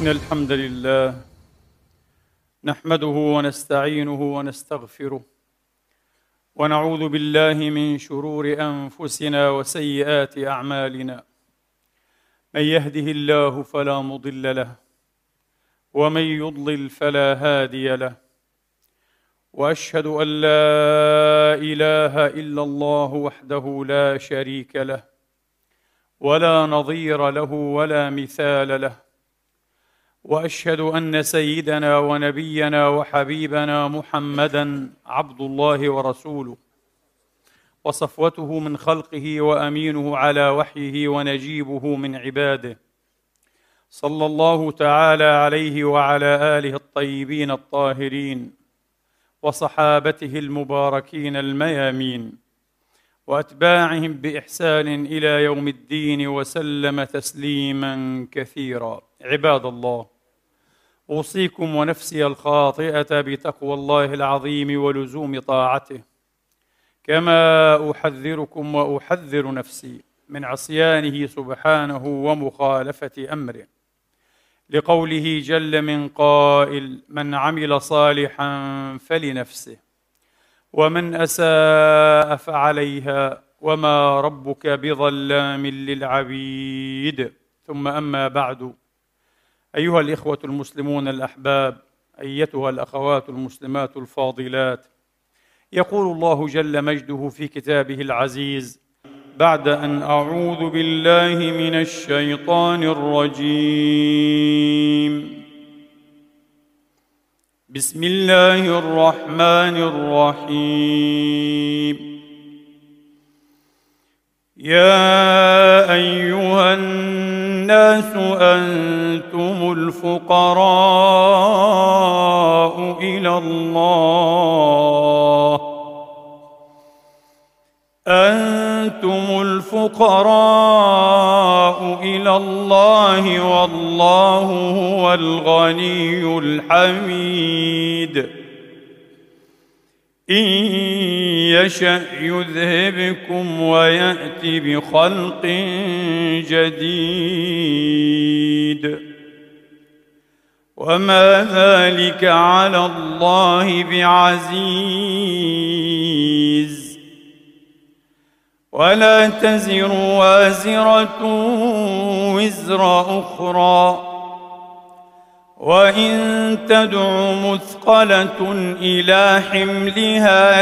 إن الحمد لله نحمده ونستعينه ونستغفره ونعوذ بالله من شرور أنفسنا وسيئات أعمالنا. من يهده الله فلا مضل له ومن يضلل فلا هادي له، وأشهد أن لا إله إلا الله وحده لا شريك له ولا نظير له ولا مثال له، وأشهد أن سيدنا ونبينا وحبيبنا محمدًا عبد الله ورسوله وصفوته من خلقه وأمينه على وحيه ونجيبه من عباده، صلى الله تعالى عليه وعلى آله الطيبين الطاهرين وصحابته المباركين الميامين وأتباعهم بإحسان إلى يوم الدين وسلم تسليماً كثيراً. عباد الله، أوصيكم ونفسي الخاطئة بتقوى الله العظيم ولزوم طاعته، كما أحذركم وأحذر نفسي من عصيانه سبحانه ومخالفة أمره، لقوله جل من قائل: من عمل صالحا فلنفسه ومن أساء فعليها وما ربك بظلام للعبيد. ثم أما بعد، أيها الإخوة المسلمون الأحباب، أيتها الأخوات المسلمات الفاضلات، يقول الله جل مجده في كتابه العزيز بعد أن أعوذ بالله من الشيطان الرجيم: بسم الله الرحمن الرحيم. يا أيها الناس أنتم الفقراء إلى الله، أنتم الفقراء إلى الله والله هو الغني الحميد. إن يشأ يذهبكم ويأت بخلق جديد، وما ذلك على الله بعزيز. ولا تزر وازرة وزر أخرى، وإن تدع مثقلة إلى حملها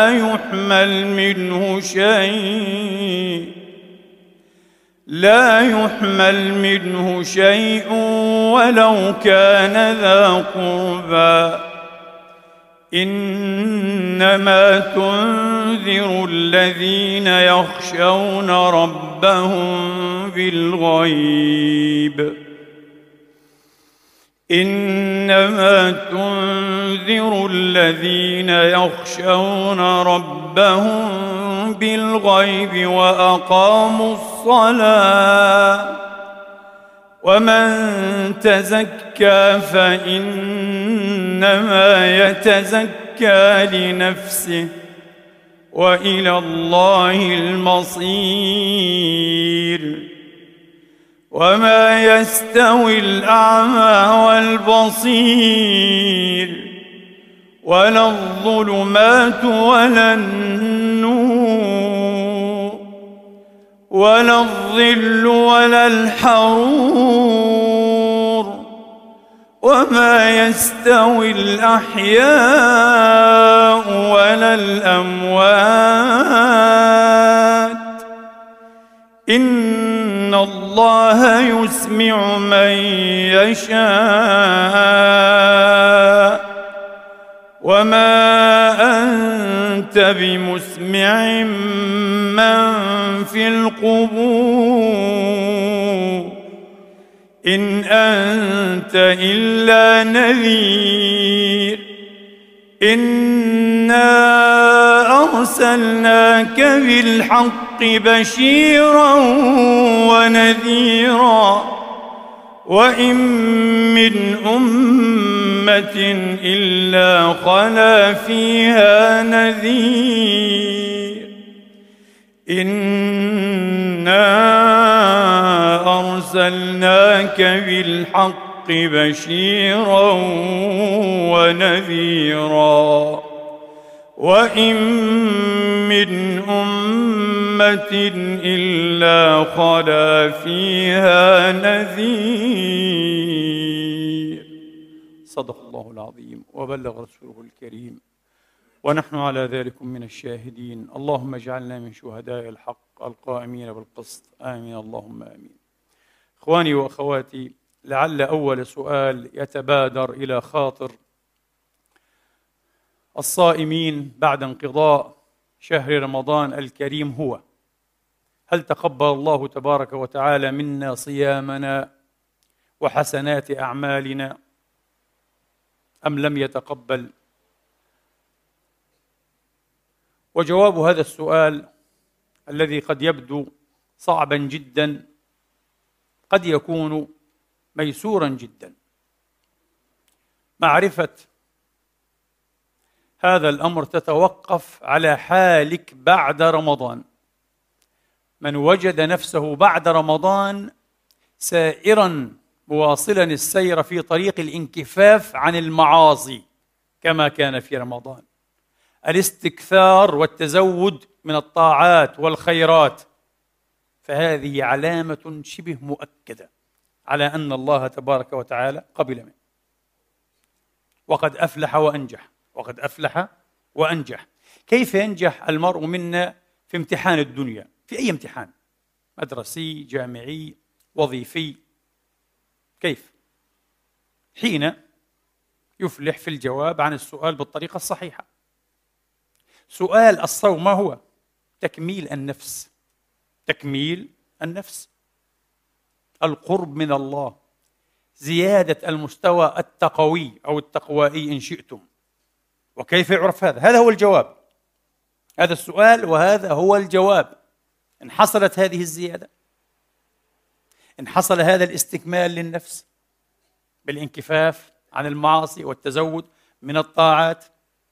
لا يحمل منه شيء ولو كان ذا قربى. إنما تنذر الذين يخشون ربهم بالغيب، إنما تنذر الذين يخشون ربهم بالغيب وأقاموا الصلاة. ومن تزكى فإنما يتزكى لنفسه، وإلى الله المصير. وما يستوي الأعمى والبصير، ولا الظلمات ولا النور، ولا الظل ولا الحرور. وما يستوي الأحياء ولا الأموات. إن الله يسمع من يشاء، وما أنت بمسمع من في القبور، إن أنت إلا نذير. إنا أرسلناك بالحق بشيرا ونذيرا، وإن من أمة إلا خلا فيها نذير. إنا أرسلناك بالحق بشيرا ونذيرا وإن من أمة إلا خلا فيها نذير. صدق الله العظيم وبلغ رسوله الكريم، ونحن على ذلك من الشاهدين. اللهم اجعلنا من شهداء الحق القائمين بالقسط، آمين اللهم آمين. إخواني وأخواتي، لعل أول سؤال يتبادر إلى خاطر الصائمين بعد انقضاء شهر رمضان الكريم هو: هل تقبل الله تبارك وتعالى منا صيامنا وحسنات أعمالنا أم لم يتقبل؟ وجواب هذا السؤال الذي قد يبدو صعبا جدا قد يكون ميسورا جدا. معرفة هذا الأمر تتوقف على حالك بعد رمضان. من وجد نفسه بعد رمضان سائرا مواصلا السير في طريق الانكفاف عن المعاصي كما كان في رمضان، الاستكثار والتزود من الطاعات والخيرات، فهذه علامة شبه مؤكدة على أن الله تبارك وتعالى قبل منه. وقد أفلح وأنجح، وقد أفلح وأنجح. كيف ينجح المرء منا في امتحان الدنيا؟ في أي امتحان، مدرسي، جامعي، وظيفي، كيف؟ حين يفلح في الجواب عن السؤال بالطريقة الصحيحة. سؤال الصوم ما هو؟ تكميل النفس، تكميل النفس، القرب من الله، زيادة المستوى التقوي أو التقوائي إن شئتم. وكيف يعرف هذا؟ هذا هو الجواب، هذا السؤال وهذا هو الجواب. إن حصلت هذه الزيادة، إن حصل هذا الاستكمال للنفس بالانكفاف عن المعاصي والتزود من الطاعات،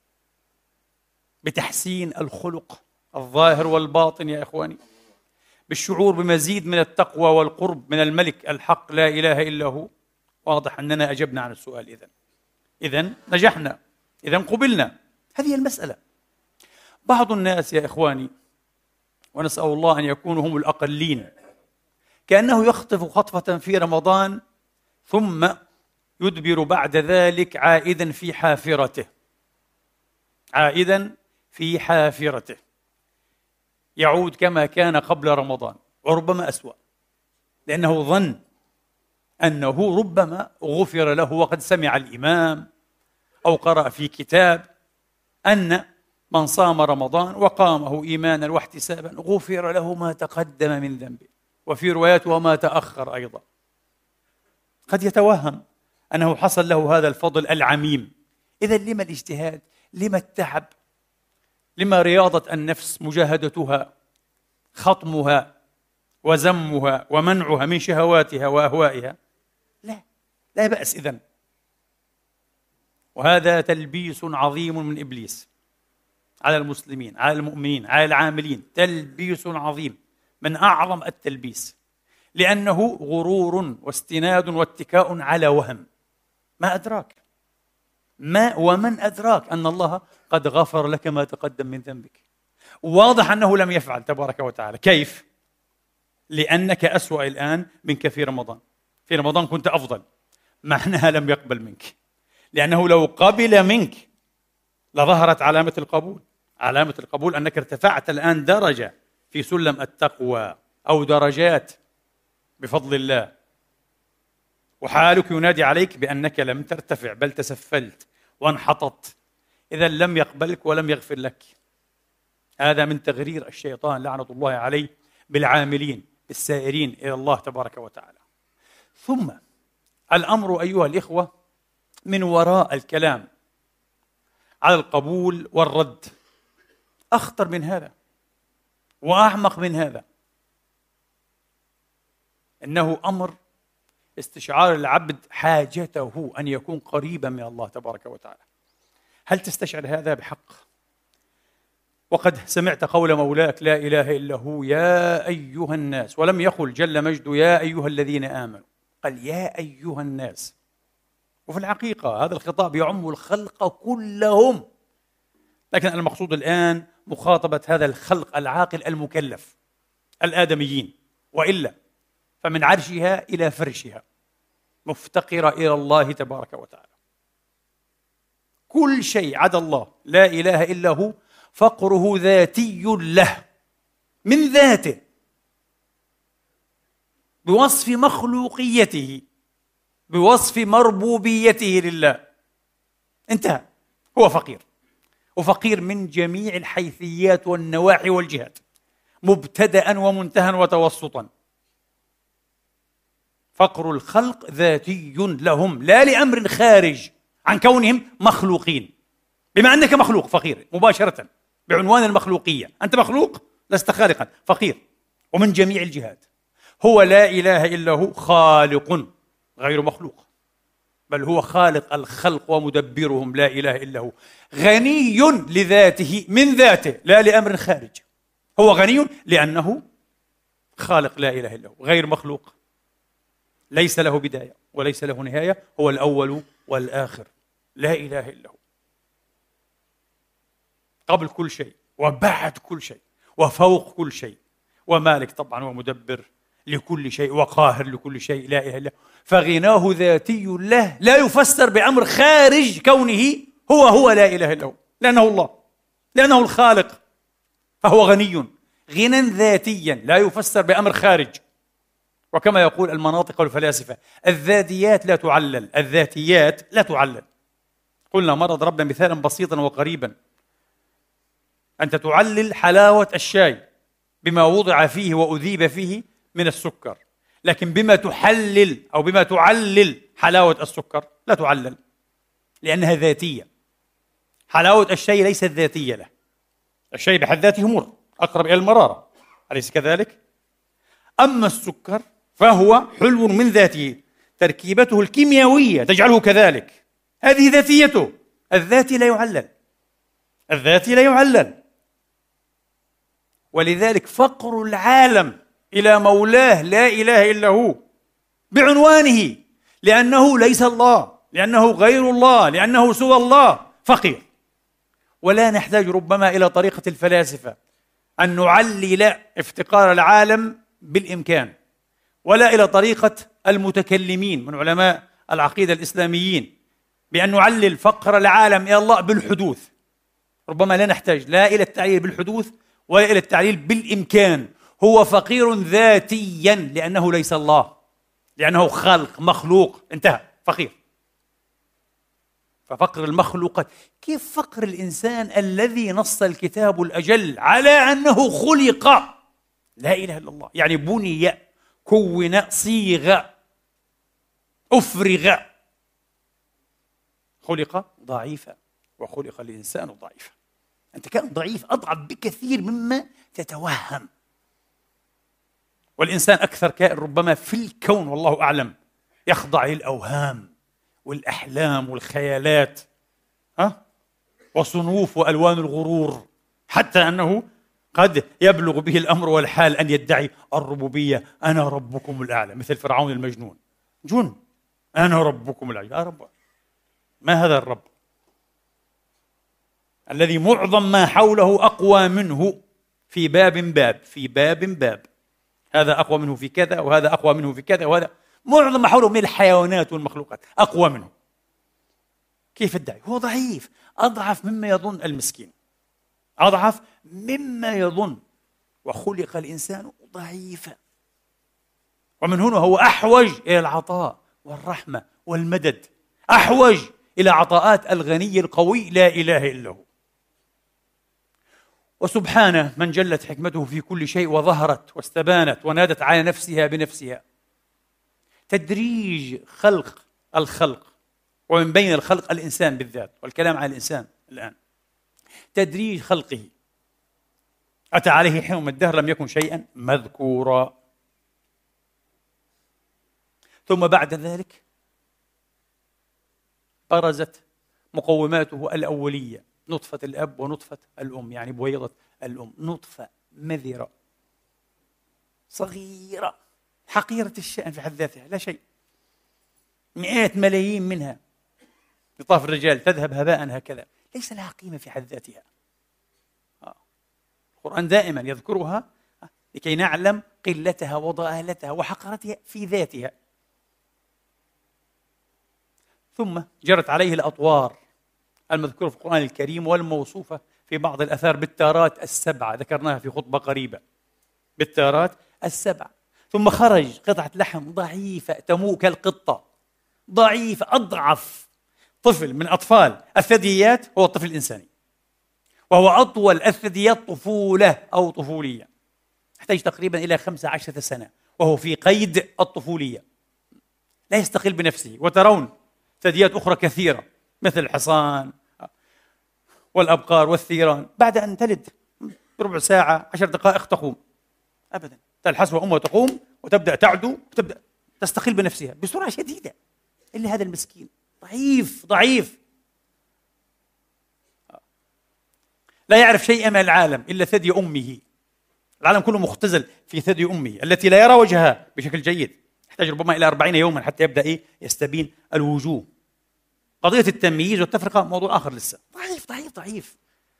بتحسين الخلق الظاهر والباطن يا إخواني، بالشعور بمزيد من التقوى والقرب من الملك الحق لا إله إلا هو، واضح أننا أجبنا عن السؤال. إذن نجحنا، إذن قبلنا. هذه المسألة. بعض الناس يا إخواني، ونسأل الله أن يكونوا هم الأقلين، كأنه يخطف خطفة في رمضان ثم يدبر بعد ذلك عائدا في حافرته، عائدا في حافرته، يعود كما كان قبل رمضان وربما أسوأ، لأنه ظن أنه ربما غفر له وقد سمع الإمام أو قرأ في كتاب أن من صام رمضان وقامه إيمانا واحتسابا غفر له ما تقدم من ذنبه، وفي روايات وما تأخر أيضا. قد يتوهم أنه حصل له هذا الفضل العميم. إذن لما الاجتهاد؟ لما التعب؟ لما رياضة النفس، مجاهدتها، خطمها وزمها ومنعها من شهواتها وأهوائها؟ لا بأس إذن. وهذا تلبيس عظيم من إبليس على المسلمين، على المؤمنين، على العاملين، تلبيس عظيم من أعظم التلبيس، لأنه غرور واستناد واتكاء على وهم. ما أدراك، ومن أدراك أن الله قد غفر لك ما تقدم من ذنبك؟ واضح أنه لم يفعل تبارك وتعالى. كيف؟ لأنك أسوأ الآن منك في رمضان. في رمضان كنت أفضل، معناها لم يقبل منك، لأنه لو قبل منك لظهرت علامة القبول. علامة القبول أنك ارتفعت الآن درجة في سلم التقوى أو درجات بفضل الله، وحالك ينادي عليك بأنك لم ترتفع بل تسفلت وانحطت. إذا لم يقبلك ولم يغفر لك. هذا من تغرير الشيطان لعنة الله عليه بالعاملين السائرين إلى الله تبارك وتعالى. ثم الأمر أيها الإخوة من وراء الكلام على القبول والرد أخطر من هذا وأعمق من هذا. إنه أمر استشعار العبد حاجته أن يكون قريبا من الله تبارك وتعالى. هل تستشعر هذا بحق؟ وقد سمعت قول مولاك لا إله إلا هو يا أيها الناس، ولم يقل جل مجده يا أيها الذين آمنوا، قال يا أيها الناس. وفي الحقيقة هذا الخطاب يعم الخلق كلهم، لكن المقصود الآن مخاطبة هذا الخلق العاقل المكلف، الآدميين، وإلا فمن عرشها إلى فرشها مفتقرة إلى الله تبارك وتعالى. كل شيء عدا الله لا إله إلا هو فقره ذاتي له من ذاته بوصف مخلوقيته، بوصف مربوبيته لله، انتهى. هو فقير، وفقير من جميع الحيثيات والنواحي والجهات، مبتدأ ومنتهى وتوسطا. فقر الخلق ذاتي لهم لا لأمر خارج عن كونهم مخلوقين. بما أنك مخلوق فقير مباشرة بعنوان المخلوقية، أنت مخلوق لست خالقا، فقير ومن جميع الجهات. هو لا إله إلا هو خالق غير مخلوق، بل هو خالق الخلق ومدبرهم، لا إله إلا هو. غني لذاته من ذاته لا لأمر خارج، هو غني لأنه خالق لا إله إلا هو، غير مخلوق، ليس له بداية وليس له نهاية، هو الأول والآخر، لا إله إلا هو، قبل كل شيء وبعد كل شيء وفوق كل شيء، ومالك طبعا ومدبر لكل شيء وقاهر لكل شيء، لا إله إلا هو. فغناه ذاتي له لا يفسر بأمر خارج كونه هو لا إله إلا هو، لأنه الله، لأنه الخالق، فهو غني غنى ذاتيا لا يفسر بأمر خارج. وكما يقول المناطق والفلاسفة الذاتيات لا تعلل، الذاتيات لا تعلل. قلنا مرة ضربنا مثالا بسيطا وقريبا، أنت تعلل حلاوة الشاي بما وضع فيه وأذيب فيه من السكر، لكن بما تحلل أو بما تعلل حلاوة السكر لا تعلل، لأنها ذاتية. حلاوة الشاي ليست ذاتية له، الشاي بحد ذاته مر أقرب إلى المرارة، أليس كذلك؟ أما السكر فهو حلو من ذاته، تركيبته الكيميائية تجعله كذلك، هذه ذاتيته. الذاتي لا يعلل، الذاتي لا يعلل. ولذلك فقر العالم إلى مولاه لا إله إلا هو بعنوانه، لأنه ليس الله، لأنه غير الله، لأنه سوى الله، فقير. ولا نحتاج ربما إلى طريقة الفلاسفة أن نعلل افتقار العالم بالإمكان، ولا إلى طريقة المتكلمين من علماء العقيدة الإسلاميين بأن نعلل فقر العالم إلى الله بالحدوث. ربما لا نحتاج لا إلى التعليل بالحدوث ولا إلى التعليل بالإمكان. هو فقير ذاتيا لأنه ليس الله، لأنه خالق مخلوق، انتهى، فقير. ففقر المخلوقات. كيف فقر الإنسان الذي نص الكتاب الأجل على أنه خلق؟ لا إله إلا الله، يعني بني، كون، صيغ، أفرغ. خلق ضعيفا وخلق الإنسان ضعيفا. أنت كان ضعيف، أضعف بكثير مما تتوهم. والإنسان أكثر كائن ربما في الكون والله أعلم يخضع للأوهام والأحلام والخيالات، وصنوف وألوان الغرور، حتى أنه قد يبلغ به الأمر والحال أن يدعي الربوبية، أنا ربكم الأعلى، مثل فرعون المجنون، جن، أنا ربكم الأعلى. يا رب، ما هذا الرب الذي معظم ما حوله أقوى منه في باب، هذا أقوى منه في كذا، وهذا أقوى منه في كذا، وهذا معظم ما حوله من الحيوانات والمخلوقات أقوى منه. كيف ادعي؟ هو ضعيف، أضعف مما يظن المسكين، أضعف مما يظن. وخلق الإنسان ضعيفا، ومن هنا هو أحوج إلى العطاء والرحمة والمدد، أحوج إلى عطاءات الغني القوي لا إله إلا هو. وسبحانه من جلت حكمته في كل شيء وظهرت واستبانت ونادت على نفسها بنفسها. تدريج خلق الخلق، ومن بين الخلق الإنسان بالذات، والكلام عن الإنسان الآن، تدريج خلقه أتى عليه حين من الدهر لم يكن شيئا مذكورا. ثم بعد ذلك برزت مقوماته الأولية، نطفة الأب ونطفة الأم، يعني بويضة الأم، نطفة مذرة صغيرة حقيرة الشأن في حد ذاتها، لا شيء، مئات ملايين منها لطاف الرجال تذهب هباء هكذا، ليس لها قيمة في حد ذاتها. القرآن دائما يذكرها لكي نعلم قلتها وضآلتها وحقارتها في ذاتها. ثم جرت عليه الأطوار المذكورة في القرآن الكريم والموصوفة في بعض الآثار بالتارات السبعة، ذكرناها في خطبة قريبة، بالتارات السبعة. ثم خرج قطعة لحم ضعيفة تموء كالقطة، ضعيفة، أضعف طفل من أطفال الثدييات هو الطفل الإنساني، وهو أطول الثدييات طفولة أو طفولية، يحتاج تقريبا إلى 15 سنة وهو في قيد الطفولية، لا يستقل بنفسه. وترون ثدييات أخرى كثيرة مثل الحصان والأبقار والثيران بعد أن تلد بربع ساعة 10 دقائق تقوم، أبدا تلحس أمها تقوم وتبدأ تعدو وتبدأ تستقل بنفسها بسرعة شديدة. إلا هذا المسكين ضعيف ضعيف، لا يعرف شيئا من العالم إلا ثدي أمه، العالم كله مختزل في ثدي أمه التي لا يرى وجهها بشكل جيد، يحتاج ربما إلى 40 يوما حتى يبدأ يستبين الوجوه. قضية التمييز والتفرقة موضوع آخر لسه. ضعيف ضعيف ضعيف،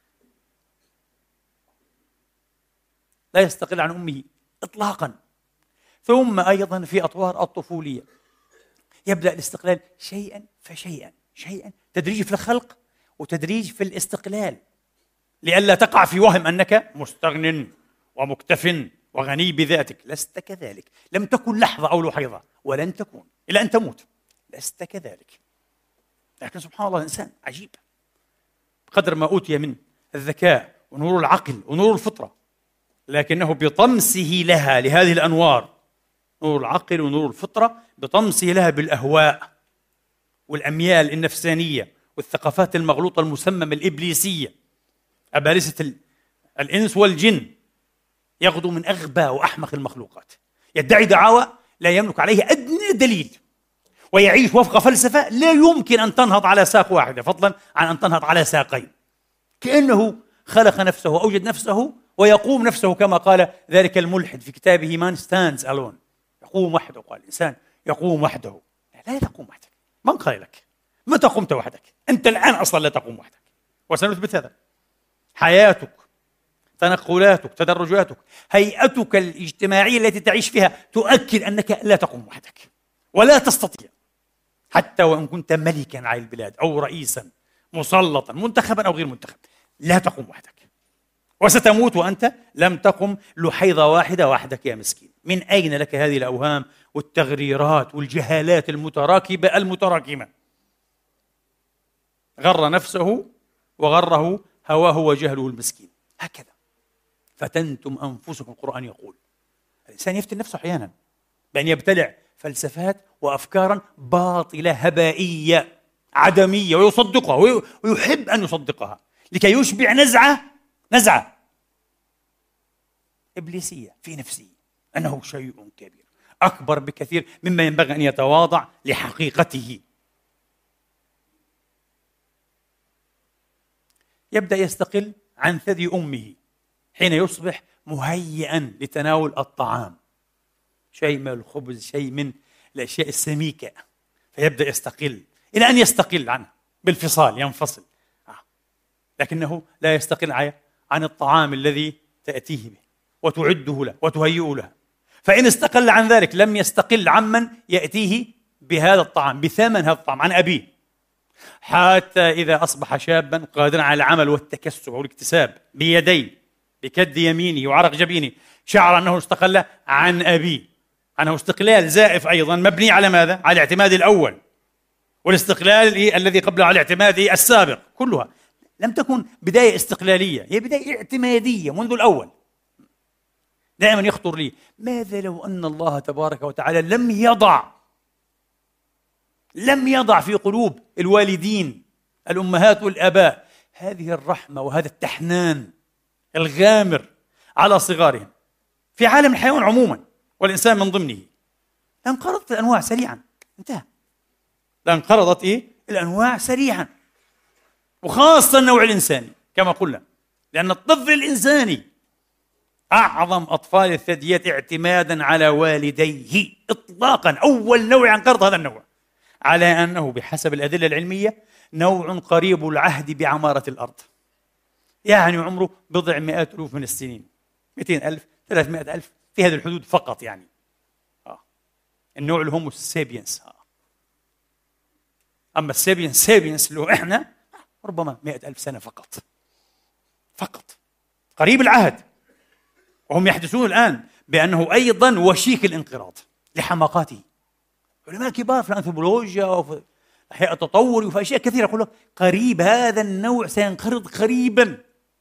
لا يستقل عن أمه إطلاقا. ثم أيضا في أطوار الطفولية يبدأ الاستقلال شيئا فشيئا، شيئا تدريج في الخلق وتدريج في الاستقلال، لئلا تقع في وهم أنك مستغن ومكتف وغني بذاتك. لست كذلك، لم تكن لحظة أو لحيظة، ولن تكون إلى أن تموت، لست كذلك. لكن سبحان الله الإنسان عجيب، بقدر ما أوتي من الذكاء ونور العقل ونور الفطرة، لكنه بطمسه لها لهذه الأنوار، نور العقل ونور الفطرة، بطمسه لها بالأهواء والأميال النفسانية والثقافات المغلوطة المسممة الإبليسية، أبالسة الإنس والجن، يغدو من أغبى وأحمق المخلوقات، يدعي دعاوى لا يملك عليه أدنى دليل، ويعيش وفق فلسفة لا يمكن أن تنهض على ساق واحدة فضلا عن أن تنهض على ساقين، كأنه خلق نفسه وأوجد نفسه ويقوم نفسه، كما قال ذلك الملحد في كتابه Man Stands Alone، يقوم وحده. قال الإنسان يقوم وحده، لا تقوم وحدك. من قال لك؟ متى قمت وحدك؟ أنت الآن أصلا لا تقوم وحدك، وسنثبت هذا. حياتك، تنقلاتك، تدرجاتك، هيئتك الاجتماعية التي تعيش فيها تؤكد أنك لا تقوم وحدك ولا تستطيع، حتى وإن كنت ملكا على البلاد أو رئيسا مسلطا منتخبا أو غير منتخب، لا تقوم وحدك، وستموت وأنت لم تقم لحيظة واحدة وحدك يا مسكين. من أين لك هذه الأوهام والتغريرات والجهالات المتراكبة المتراكمة؟ غر نفسه وغره هواه وجهله المسكين، هكذا فتنتم أنفسكم. القرآن يقول الإنسان يفتن نفسه أحيانا بأن يبتلع فلسفات وأفكارا باطلة هبائية عدمية ويصدقها ويحب أن يصدقها لكي يشبع نزعة إبليسية في نفسه أنه شيء كبير أكبر بكثير مما ينبغي أن يتواضع لحقيقته. يبدأ يستقل عن ثدي أمه حين يصبح مهيئا لتناول الطعام، شيء من الخبز، شيء من الأشياء السميكة، فيبدأ يستقل إلى أن يستقل عنه بالفصال، ينفصل، لكنه لا يستقل عن الطعام الذي تأتيه به وتعده له وتهيئه له. فإن استقل عن ذلك لم يستقل عمن يأتيه بهذا الطعام، بثمن هذا الطعام، عن أبيه، حتى إذا أصبح شابا قادرا على العمل والتكسب والاكتساب بيديه، بكد يمينه وعرق جبينه، شعر أنه استقل عن أبيه، أنه استقلال زائف أيضا مبني على ماذا؟ على الاعتماد الأول، والاستقلال الذي قبله على الاعتماد السابق. كلها لم تكن بداية استقلالية، هي بداية اعتمادية منذ الأول. دائما يخطر لي ماذا لو أن الله تبارك وتعالى لم يضع في قلوب الوالدين الأمهات والآباء هذه الرحمة وهذا التحنان الغامر على صغارهم في عالم الحيوان عموما والإنسان من ضمنه، لانقرضت الأنواع سريعا، انتهى، لانقرضت الأنواع سريعا، وخاصة النوع الإنساني كما قلنا، لأن الطفل الإنساني أعظم أطفال الثدييات اعتمادا على والديه إطلاقا. أول نوع ينقرض هذا النوع، على أنه بحسب الأدلة العلمية نوع قريب العهد بعمارة الأرض، يعني عمره بضع مئات ألوف من السنين، 200,000 300,000 في هذه الحدود فقط. يعني النوع اللي هم السابينس. أما السابينس اللي هو إحنا ربما 100,000 سنة فقط قريب العهد. وهم يحدثون الآن بأنه أيضا وشيك الانقراض لحماقاته. علماء كبار في الأنثروبولوجيا وفي الأحياء التطوري وفي أشياء كثيرة يقولون قريب هذا النوع سينقرض قريبا.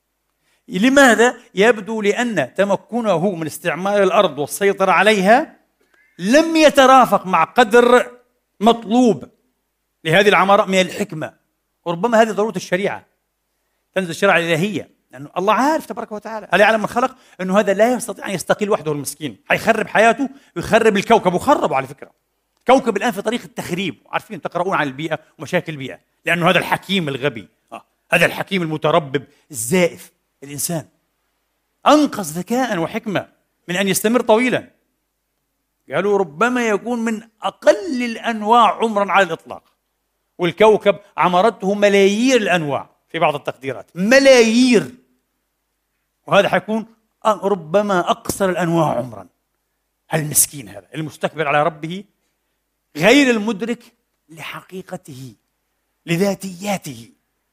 لماذا؟ يبدو لأن تمكنه من استعمار الأرض والسيطرة عليها لم يترافق مع قدر مطلوب لهذه العمارة من الحكمة. وربما هذه ضرورة الشريعة، تنزل الشريعة الإلهية، لأنه الله عارف تبارك وتعالى، ألا يعلم من خلق أنه هذا لا يستطيع أن يستقل وحده المسكين، حيخرب حياته ويخرب الكوكب. وخربوا على فكرة كوكب الآن في طريق التخريب. عارفين تقرؤون عن البيئة ومشاكل البيئة، لأنه هذا الحكيم الغبي، هذا الحكيم المتربب الزائف، الإنسان أنقص ذكاء وحكمة من أن يستمر طويلا. قالوا ربما يكون من أقل الأنواع عمرا على الإطلاق، والكوكب عمرته ملايير الأنواع في بعض التقديرات، ملايير، وهذا حيكون ربما أقصر الأنواع عمرا. المسكين هذا المستكبر على ربه، غير المدرك لحقيقته لذاتياته،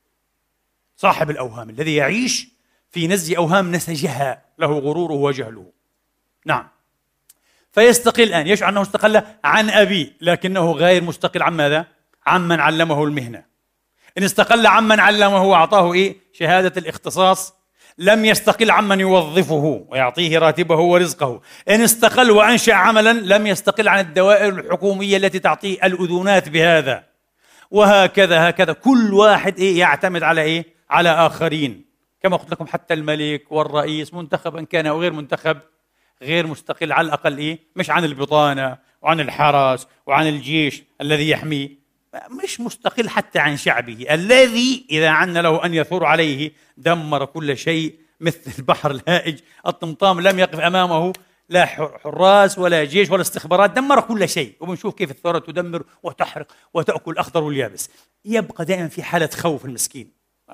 صاحب الأوهام الذي يعيش في نزع أوهام نسجها له غروره وجهله. نعم، فيستقل الآن، يشعر أنه استقل عن أبيه، لكنه غير مستقل عن ماذا؟ عمن علمه المهنة. إن استقل عمن علمه وأعطاه شهادة الاختصاص، لم يستقل عمن يوظفه ويعطيه راتبه ورزقه. إن استقل وأنشأ عملا، لم يستقل عن الدوائر الحكومية التي تعطيه الأذونات بهذا. وهكذا كل واحد يعتمد على على آخرين. كما قلت لكم حتى الملك والرئيس منتخبا كان أو غير منتخب، غير مستقل على الأقل مش عن البطانة وعن الحرس وعن الجيش الذي يحميه، مش مستقل حتى عن شعبه الذي إذا عن له أن يثور عليه دمر كل شيء، مثل البحر الهائج الطمطام لم يقف أمامه لا حراس ولا جيش ولا استخبارات، دمر كل شيء. وبنشوف كيف الثورة تدمر وتحرق وتأكل الأخضر واليابس. يبقى دائما في حالة خوف المسكين،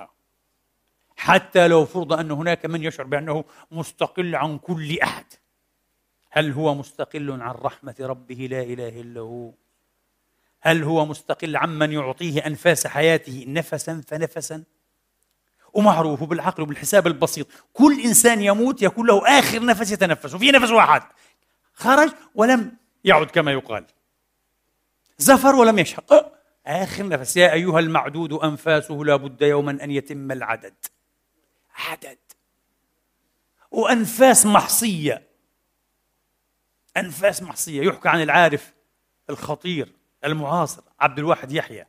حتى لو فرض أن هناك من يشعر بأنه مستقل عن كل أحد. هل هو مستقل عن رحمة ربه لا إله إلا هو؟ هل هو مستقل عمن يعطيه أنفاس حياته نفسا فنفسا؟ ومعروف بالعقل وبالحساب البسيط، كل إنسان يموت يكون له آخر نفس يتنفس، وفي نفس واحد خرج ولم يعد كما يقال، زفر ولم يشهق، آخر نفس. يا أيها المعدود أنفاسه لا بد يوما أن يتم العدد. عدد وأنفاس محصية، أنفاس محصية. يحكى عن العارف الخطير المعاصر عبد الواحد يحيى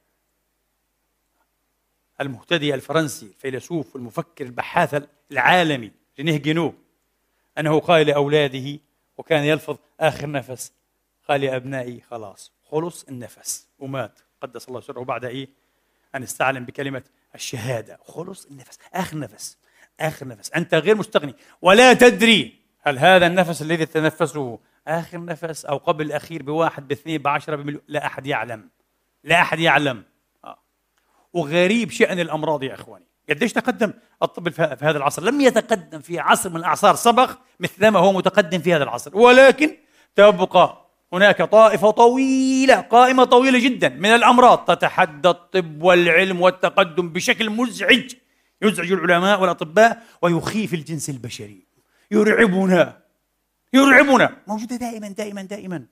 المهتدي الفرنسي، الفيلسوف والمفكر البحاث العالمي رينيه جينو، أنه قال لأولاده وكان يلفظ آخر نفس، قال يا أبنائي خلاص خلص النفس، ومات قدس الله سره بعد أن استعلم بكلمة الشهادة. خلص النفس، آخر نفس، آخر نفس. أنت غير مستغني ولا تدري هل هذا النفس الذي تتنفسه آخر نفس أو قبل الأخير بواحد باثنين بعشرة بمليون. لا أحد يعلم، لا أحد يعلم. وغريب شأن الأمراض يا أخواني، قديش تقدم الطب في هذا العصر. لم يتقدم في عصر من الأعصار سبق مثلما هو متقدم في هذا العصر، ولكن تبقى هناك طائفة طويلة، قائمة طويلة جدا من الأمراض تتحدى الطب والعلم والتقدم بشكل مزعج، يزعج العلماء والأطباء ويخيف الجنس البشري، يرعبنا موجودة دائما.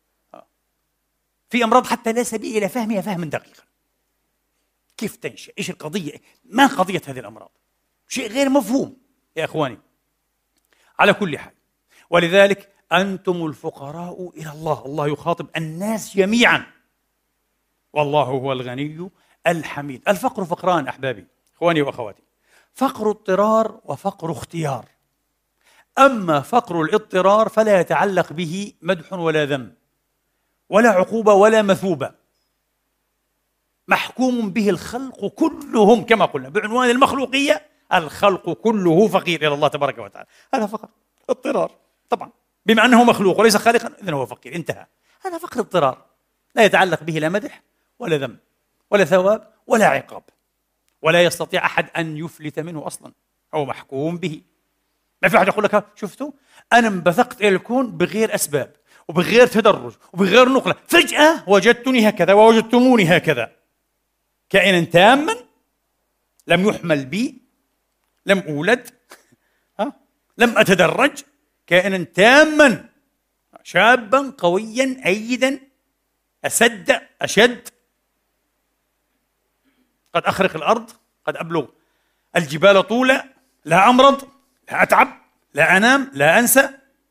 في أمراض حتى لا سبيل إلى فهمها فهما دقيقا. كيف تنشأ؟ إيش القضية؟ ما قضية هذه الأمراض؟ شيء غير مفهوم يا أخواني. على كل حال، ولذلك أنتم الفقراء إلى الله. الله يخاطب الناس جميعا، والله هو الغني الحميد. الفقر فقران أحبابي، إخواني وأخواتي، فقر اضطرار وفقر اختيار. أما فقر الاضطرار فلا يتعلق به مدح ولا ذم ولا عقوبة ولا مثوبة، محكوم به الخلق كلهم كما قلنا بعنوان المخلوقية. الخلق كله فقير إلى الله تبارك وتعالى. هذا فقر اضطرار طبعا، بما أنه مخلوق وليس خالقا إذن هو فقير، انتهى. هذا فقر اضطرار لا يتعلق به لا مدح ولا ذم ولا ثواب ولا عقاب، ولا يستطيع أحد أن يفلت منه أصلا، هو محكوم به. ما في أحد يقول لك شفتوا أنا انبثقت إلى الكون بغير أسباب وبغير تدرج وبغير نقلة، فجأة وجدتني هكذا ووجدتموني هكذا. كائنا تاما لم يحمل بي، لم أولد، لم أتدرج، كائنا تاما شابا قويا أيدا أسد أشد، قد أخرق الأرض، قد أبلغ الجبال طولا، لا أمرض، لا أتعب، لا أنام، لا أنسى،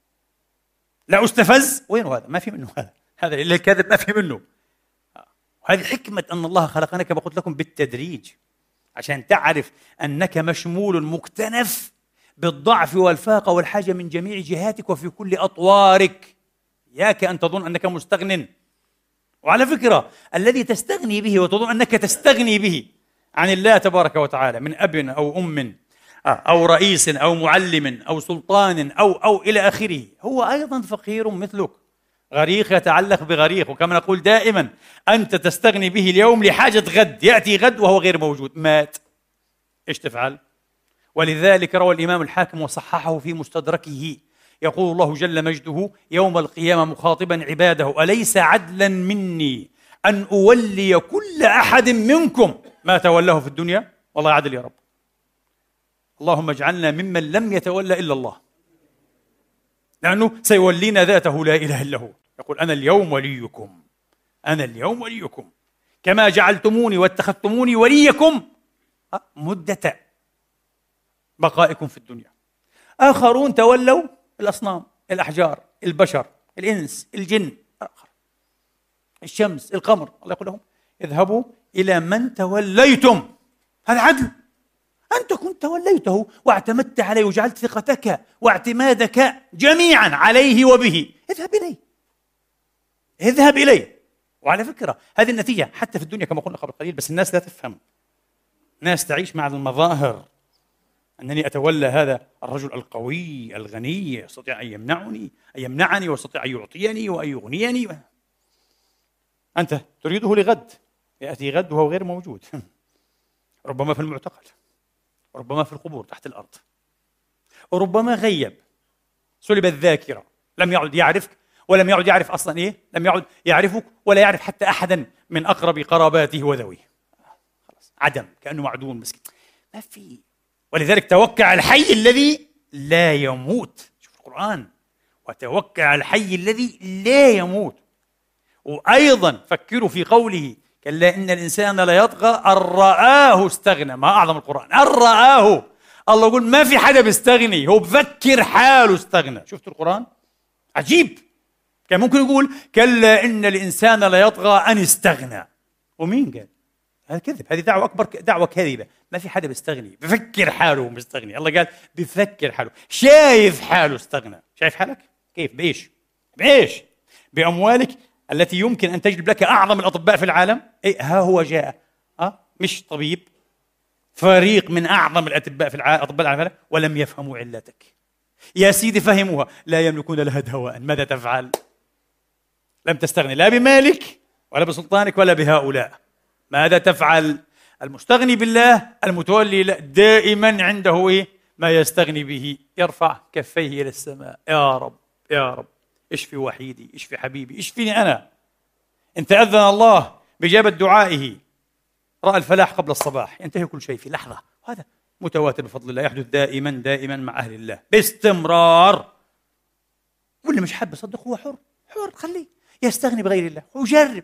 لا أستفز. وين هذا؟ ما في منه هذا إلا الكذب، ما في منه. وهذه حكمة أن الله خلقنا كما قلت لكم بالتدريج، عشان تعرف أنك مشمول مكتنف بالضعف والفاقة والحاجة من جميع جهاتك وفي كل أطوارك. إياك أن تظن أنك مستغن. وعلى فكرة الذي تستغني به وتظن أنك تستغني به عن الله تبارك وتعالى من أب أو أم أو رئيس أو معلم أو سلطان أو إلى آخره، هو أيضا فقير مثلك، غريق يتعلق بغريق. وكما نقول دائما أنت تستغني به اليوم لحاجة غد، يأتي غد وهو غير موجود، مات، إيش تفعل؟ ولذلك روى الإمام الحاكم وصححه في مستدركه، يقول الله جل مجده يوم القيامة مخاطبا عباده: أليس عدلا مني أن أولي كل أحد منكم ما تولاه في الدنيا؟ والله عدل يا رب، اللهم اجعلنا ممن لم يتولى إلا الله، لأنه سيولينا ذاته لا إله إلا هو. يقول أنا اليوم وليكم، أنا اليوم وليكم كما جعلتموني واتخذتموني وليكم مدة بقائكم في الدنيا. آخرون تولوا الأصنام، الأحجار، البشر، الإنس، الجن، الشمس، القمر، الله يقول لهم اذهبوا إلى من توليتم. هذا عدل، أنت كنت توليته واعتمدت عليه وجعلت ثقتك واعتمادك جميعا عليه وبه، اذهب إليه، اذهب إليه. وعلى فكرة هذه النتيجة حتى في الدنيا كما قلنا قبل قليل، بس الناس لا تفهم، الناس تعيش مع المظاهر، أنني أتولى هذا الرجل القوي الغني يستطيع أن يمنعني ويستطيع أن يعطيني وأن يغنيني. أنت تريده لغد، يأتي غد وهو غير موجود، ربما في المعتقل، ربما في القبور تحت الأرض، وربما غيب، سلب الذاكرة، لم يعد يعرفك ولم يعد يعرف أصلا إيه، لم يعد يعرفك ولا يعرف حتى أحدا من أقرب قراباته وذويه، خلاص عدم، كأنه معدوم مسكين، ما في. ولذلك توكل على الحي الذي لا يموت، شوف القرآن، وتوكل على الحي الذي لا يموت. وأيضا فكروا في قوله كلا إن الإنسان لا يطغى أن رآه استغنى، ما أعظم القرآن، أن رآه، الله يقول ما في حدا بيستغني، هو بفكر حاله استغنى. شفتوا القرآن عجيب، كان ممكن يقول كلا إن الإنسان لا يطغى أن استغنى، ومين قال؟ هذا كذب، هذه دعوة أكبر، دعوة كاذبة، ما في حدا بيستغني، بفكر حاله مستغني، الله قال بفكر حاله، شايف حاله استغنى. شايف حالك؟ كيف؟ بإيش؟ بإيش؟ بأموالك التي يمكن أن تجلب لك أعظم الأطباء في العالم. إيه، ها هو جاء، مش طبيب، فريق من أعظم الأطباء في العالم، ولم يفهموا علتك. يا سيدي فهموها، لا يملكون لها دواء، ماذا تفعل؟ لم تستغني لا بمالك ولا بسلطانك ولا بهؤلاء، ماذا تفعل؟ المستغني بالله المتولي دائما عنده إيه؟ ما يستغني به، يرفع كفيه إلى السماء، يا رب يا رب اشفي وحيدي، اشفي حبيبي، اشفيني أنا. إن تأذن الله بإجابة دعائه رأى الفلاح قبل الصباح، ينتهي كل شيء في لحظة، وهذا متواتر بفضل الله، يحدث دائما مع أهل الله باستمرار. واللي مش حاب يصدق هو حر، خليه يستغني بغير الله وجرب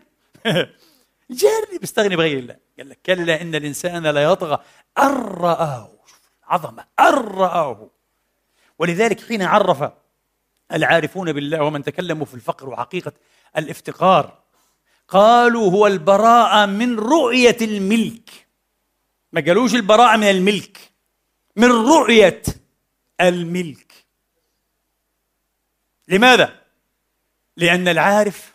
جرب استغني بغير الله. قال لك كلا إن الإنسان لا يطغى أن رآه، عظمة، أن رآه. ولذلك حين عرف العارفون بالله ومن تكلموا في الفقر وحقيقة الافتقار قالوا هو البراءة من رؤية الملك، ما قالوش البراءة من الملك، من رؤية الملك. لماذا؟ لأن العارف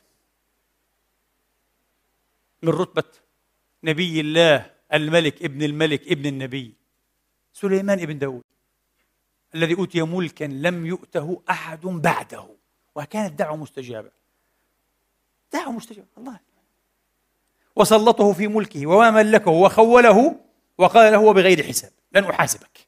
من رتبة نبي الله الملك ابن الملك ابن النبي سليمان ابن داود الذي أوتي ملكا لم يؤته أحد بعده، وكانت دعوة مستجابة، دعوة مستجابة الله. وسلطه في ملكه وملكه وخوله وقال له بغير حساب لن أحاسبك،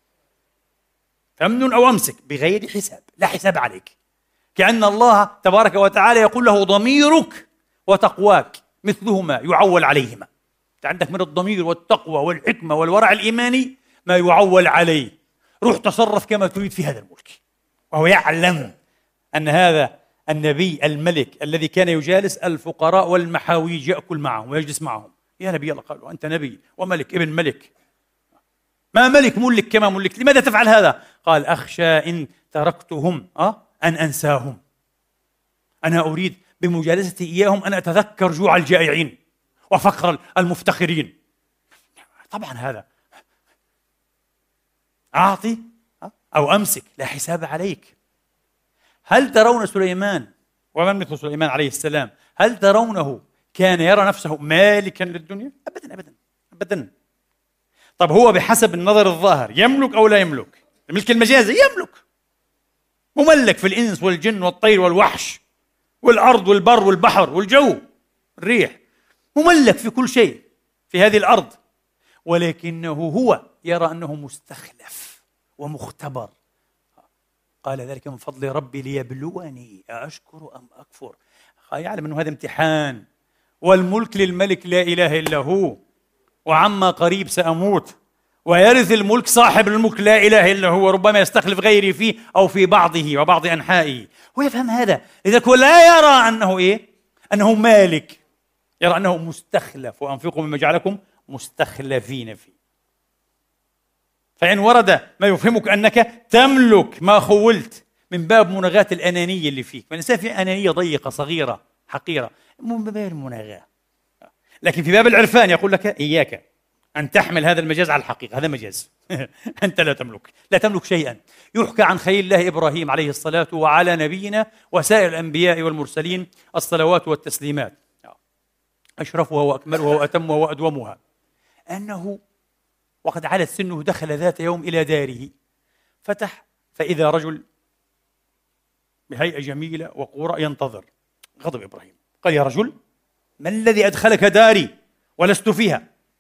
فامنن أو أمسك بغير حساب، لا حساب عليك. كأن الله تبارك وتعالى يقول له ضميرك وتقواك مثلهما يعول عليهما. أنت عندك من الضمير والتقوى والحكمة والورع الإيماني ما يعول عليه، روح تصرف كما تريد في هذا الملك. وهو يعلم أن هذا النبي الملك الذي كان يجالس الفقراء والمحاويج يأكل معهم ويجلس معهم. يا نبي الله، قالوا أنت نبي وملك ابن ملك، ما ملك ملك كما ملك، لماذا تفعل هذا؟ قال أخشى إن تركتهم أن أنساهم، أنا أريد بمجالستي إياهم أن أتذكر جوع الجائعين وفقر المفتخرين. طبعا هذا أعطي أو أمسك لا حساب عليك. هل ترون سليمان ومن مثل سليمان عليه السلام، هل ترونه كان يرى نفسه مالكا للدنيا؟ أبدا أبدا أبدا. طب هو بحسب النظر الظاهر يملك أو لا يملك؟ الملك المجازي يملك، مملك في الإنس والجن والطير والوحش والأرض والبر والبحر والجو الريح، مملك في كل شيء في هذه الأرض، ولكنه هو يرى أنه مستخلف ومختبر. قال ذلك من فضل ربي ليبلوني أأشكر أم أكفر. يعلم أنه هذا امتحان، والملك للملك لا إله إلا هو، وعما قريب سأموت، ويرث الملك صاحب الملك لا إله إلا هو، ربما يستخلف غيري فيه أو في بعضه وبعض أنحائه. ويفهم هذا، لذلك هو لا يرى أنه أنه مالك، يرى أنه مستخلف. وأنفقوا مما جعلكم مستخلفين فيه. فإن ورد ما يفهمك أنك تملك ما خولت من باب مناغاة الأنانية اللي فيك، فالإنسان في أنانية ضيقة صغيرة حقيرة من باب المناغاة، لكن في باب العرفان يقول لك إياك أن تحمل هذا المجاز على الحقيقة، هذا مجاز. أنت لا تملك شيئا. يحكى عن خليل الله إبراهيم عليه الصلاة وعلى نبينا وسائر الأنبياء والمرسلين الصلوات والتسليمات، أشرفها وأكملها وأتمها وأدومها، أنه وقد علت سنه دخل ذات يوم إلى داره، فتح فإذا رجل بهيئة جميلة وقورة ينتظر. غضب إبراهيم، قال يا رجل ما الذي أدخلك داري ولست فيها؟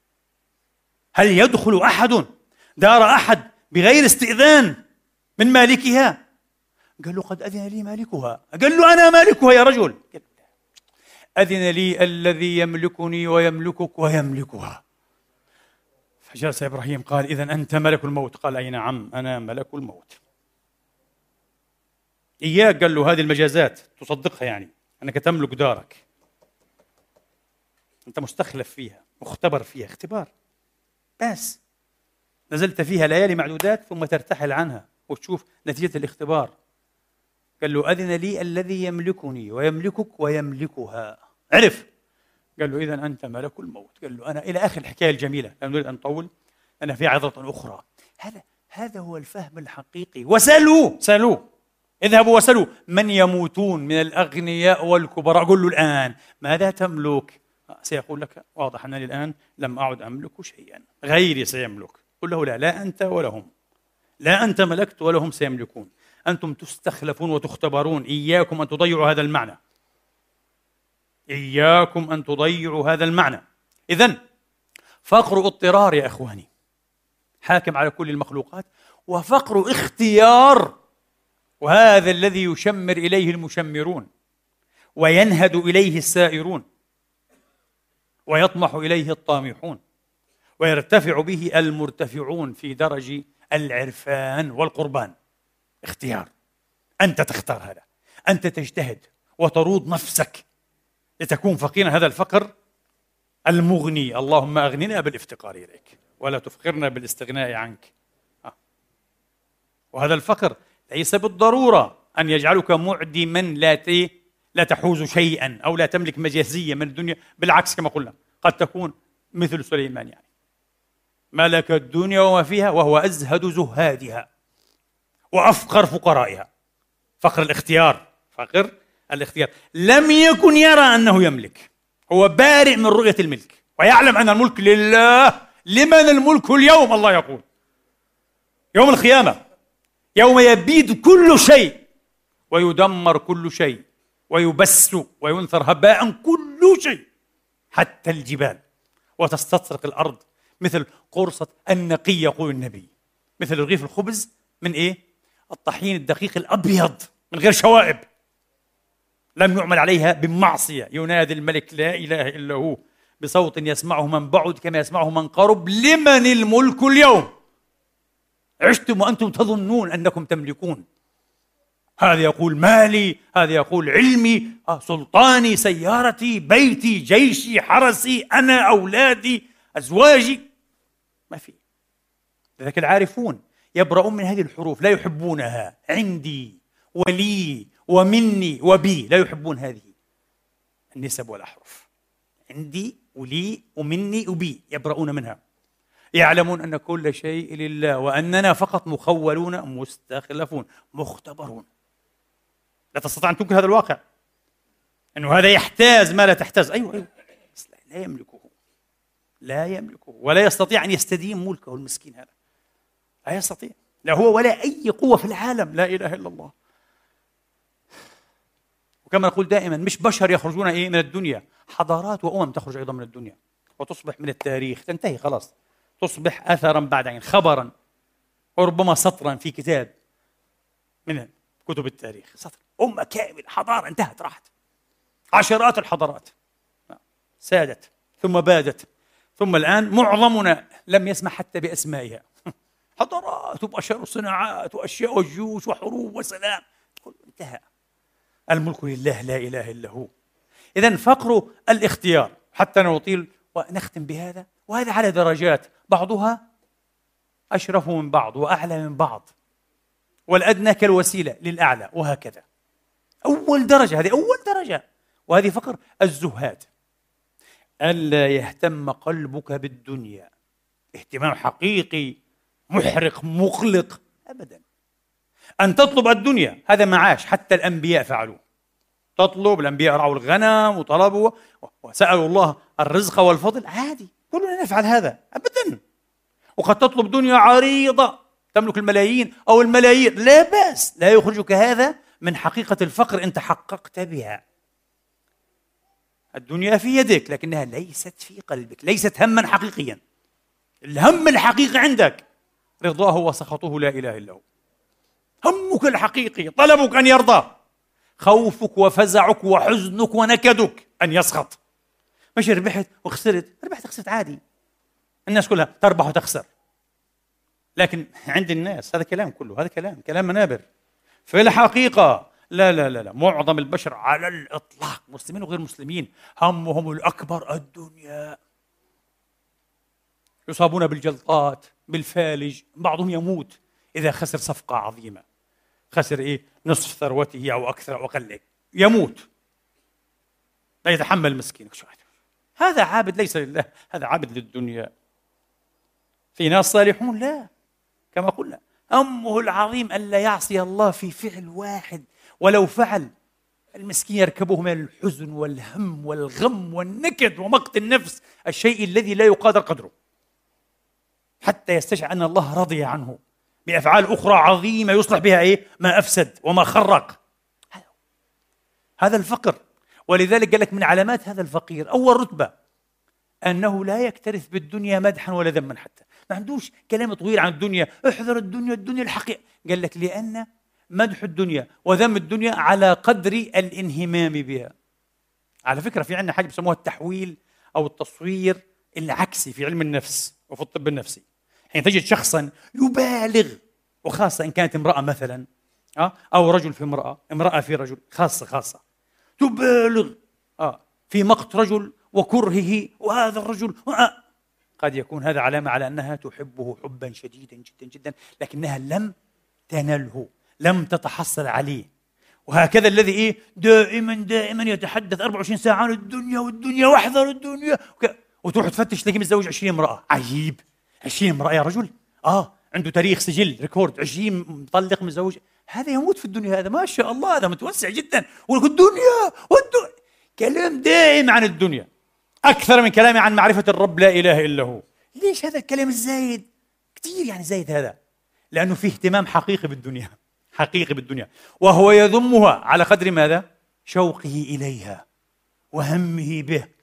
هل يدخل أحد دار أحد بغير استئذان من مالكها؟ قال له قد أذن لي مالكها. قال له أنا مالكها يا رجل. قال أذن لي الذي يملكني ويملكك ويملكها. فجلس إبراهيم قال إذن أنت ملك الموت؟ قال أي نعم أنا ملك الموت. إياك، قال له هذه المجازات تصدقها، يعني أنك تملك دارك، أنت مستخلف فيها، مختبر فيها اختبار، بس نزلت فيها ليالي معدودات ثم ترتحل عنها وتشوف نتيجة الاختبار. قال له أذن لي الذي يملكني ويملكك ويملكها. عرف. قال له إذن أنت ملك الموت. قال له أنا، إلى آخر الحكاية الجميلة، لا نريد أن نطول، أنا في عظة أخرى. هذا هو الفهم الحقيقي. وسألوه اذهبوا وسلوا من يموتون من الأغنياء والكبراء، قل له الآن ماذا تملك؟ سيقول لك واضح أنني الآن لم أعد أملك شيئا، غيري سيملك. قل له لا أنت ولا هم، لا أنت ملكت ولا هم سيملكون، أنتم تستخلفون وتختبرون. إياكم أن تضيعوا هذا المعنى، إياكم أن تضيعوا هذا المعنى. إذن فقر اضطرار يا أخواني حاكم على كل المخلوقات، وفقر اختيار، وهذا الذي يشمر إليه المشمرون وينهد إليه السائرون ويطمح إليه الطامحون ويرتفع به المرتفعون في درج العرفان والقربان. اختيار، أنت تختار هذا، أنت تجتهد وتروض نفسك لتكون فقيرا هذا الفقر المغني. اللهم أغننا بالافتقار إليك ولا تفقرنا بالاستغناء عنك. وهذا الفقر ليس بالضرورة أن يجعلك معدما لا تحوز شيئا أو لا تملك مجازية من الدنيا، بالعكس كما قلنا قد تكون مثل سليمان، يعني ملك الدنيا وما فيها وهو أزهد زهادها وأفقر فقرائها. فقر الاختيار، فقر الاختيار. لم يكن يرى أنه يملك، هو بارئ من رؤية الملك ويعلم أن الملك لله. لمن الملك اليوم؟ الله يقول يوم القيامة، يوم يبيد كل شيء ويدمر كل شيء ويبس وينثر هباء كل شيء، حتى الجبال، وتستطرق الأرض مثل قرصة النقي يقول النبي، مثل رغيف الخبز من إيه؟ الطحين الدقيق الأبيض من غير شوائب، لم يعمل عليها بمعصية. ينادي الملك لا إله إلا هو بصوت يسمعه من بعد كما يسمعه من قرب: لمن الملك اليوم؟ عشتم وأنتم تظنون أنكم تملكون. هذا يقول مالي، هذا يقول علمي، سلطاني، سيارتي، بيتي، جيشي، حرسي، أنا، أولادي، أزواجي. ما في. لذلك العارفون يبرؤون من هذه الحروف، لا يحبونها. عندي ولي ومني وبي، لا يحبون هذه النسب والأحرف. عندي ولي ومني وبي، يبرؤون منها. يعلمون أن كل شيء لله وأننا فقط مخولون مستخلفون مختبرون. لا تستطيع أن تنكر هذا الواقع، أنه هذا يحتاز ما لا تحتاز. أيوة بس لا يملكه، لا يملكه، ولا يستطيع أن يستديم ملكه. المسكين هذا لا يستطيع، لا هو ولا أي قوة في العالم. لا إله إلا الله. وكما نقول دائما، مش بشر يخرجون من الدنيا، حضارات وأمم تخرج أيضا من الدنيا وتصبح من التاريخ، تنتهي خلاص، تصبح أثرا بعد عين، خبرا، وربما سطرا في كتاب من كتب التاريخ. سطر، أمة كاملة، حضارة انتهت، راحت. عشرات الحضارات سادت ثم بادت، ثم الآن معظمنا لم يسمع حتى بأسمائها. حضارات وبشر وصناعات وأشياء وجيوش وحروب وسلام، كله انتهى. الملك لله لا إله إلا هو. إذن فقر الاختيار. حتى نطيل ونختم بهذا، وهذا على درجات، بعضها أشرف من بعض وأعلى من بعض، والأدنى كالوسيلة للأعلى، وهكذا. أول درجة، هذه أول درجة، وهذه فقر الزهاد. ألا يهتم قلبك بالدنيا اهتمام حقيقي محرق مقلق أبدا. أن تطلب الدنيا هذا معاش، حتى الأنبياء فعلوا. تطلب، الأنبياء رعوا الغنم وطلبوا وسألوا الله الرزق والفضل، عادي، كلنا نفعل هذا أبدا. وقد تطلب دنيا عريضة تملك الملايين أو الملايين، لا بأس، لا يخرجك هذا من حقيقة الفقر. أنت حققت بها. الدنيا في يدك لكنها ليست في قلبك، ليست هما حقيقيا. الهم الحقيقي عندك رضاه وسخطه لا إله إلا هو. همك الحقيقي، طلبك أن يرضى، خوفك وفزعك وحزنك ونكدك أن يسخط. مش ربحت وخسرت، ربحت خسرت عادي، الناس كلها تربح وتخسر. لكن عند الناس هذا كلام، كله هذا كلام منابر. في الحقيقة لا لا لا لا، معظم البشر على الإطلاق، مسلمين وغير مسلمين، همهم الأكبر الدنيا. يصابون بالجلطات، بالفالج، بعضهم يموت إذا خسر صفقة عظيمة، خسر نصف ثروته أو أكثر أو أقل، يموت، لا يتحمل المسكين. هذا عابد ليس لله، هذا عابد للدنيا. في ناس صالحون لا، كما قلنا، همه العظيم ألا يعصي الله في فعل واحد، ولو فعل المسكين يركبه من الحزن والهم والغم والنكد ومقت النفس، الشيء الذي لا يقادر قدره، حتى يستشعر أن الله رضي عنه بأفعال أخرى عظيمة يصلح بها ما أفسد وما خرق. هذا الفقر. ولذلك قال لك من علامات هذا الفقير أول رتبة أنه لا يكترث بالدنيا مدحا ولا ذما، حتى ما عندوش كلام طويل عن الدنيا، احذر الدنيا، الدنيا الحقيقة. قال لك لأن مدح الدنيا وذم الدنيا على قدر الانهمام بها. على فكرة في عندنا حاجة بسموها التحويل أو التصوير العكسي في علم النفس وفي الطب النفسي. حين تجد شخصا يبالغ، وخاصة إن كانت امرأة مثلا، أو رجل في امرأة، امرأة في رجل، خاصة تبالغ في مقت رجل وكرهه، وهذا الرجل قد يكون هذا علامة على أنها تحبه حبا شديدا جدا جدا، لكنها لم تنله، لم تتحصل عليه. وهكذا الذي دائما يتحدث 24 ساعة عن الدنيا والدنيا واحذر الدنيا، وتروح تفتش تلاقيه متزوج 20 امرأة. عجيب، 20 امرأة يا رجل؟ عنده تاريخ سجل ريكورد، 20 مطلق متزوج. هذا يموت في الدنيا، هذا ما شاء الله، هذا متوسع جدا. والدنيا كلام دائم عن الدنيا أكثر من كلامي عن معرفة الرب لا إله إلا هو. ليش هذا الكلام الزايد؟ كثير يعني زايد هذا، لأنه فيه اهتمام حقيقي بالدنيا، حقيقي بالدنيا، وهو يذمها على قدر ماذا؟ شوقه إليها وهمه به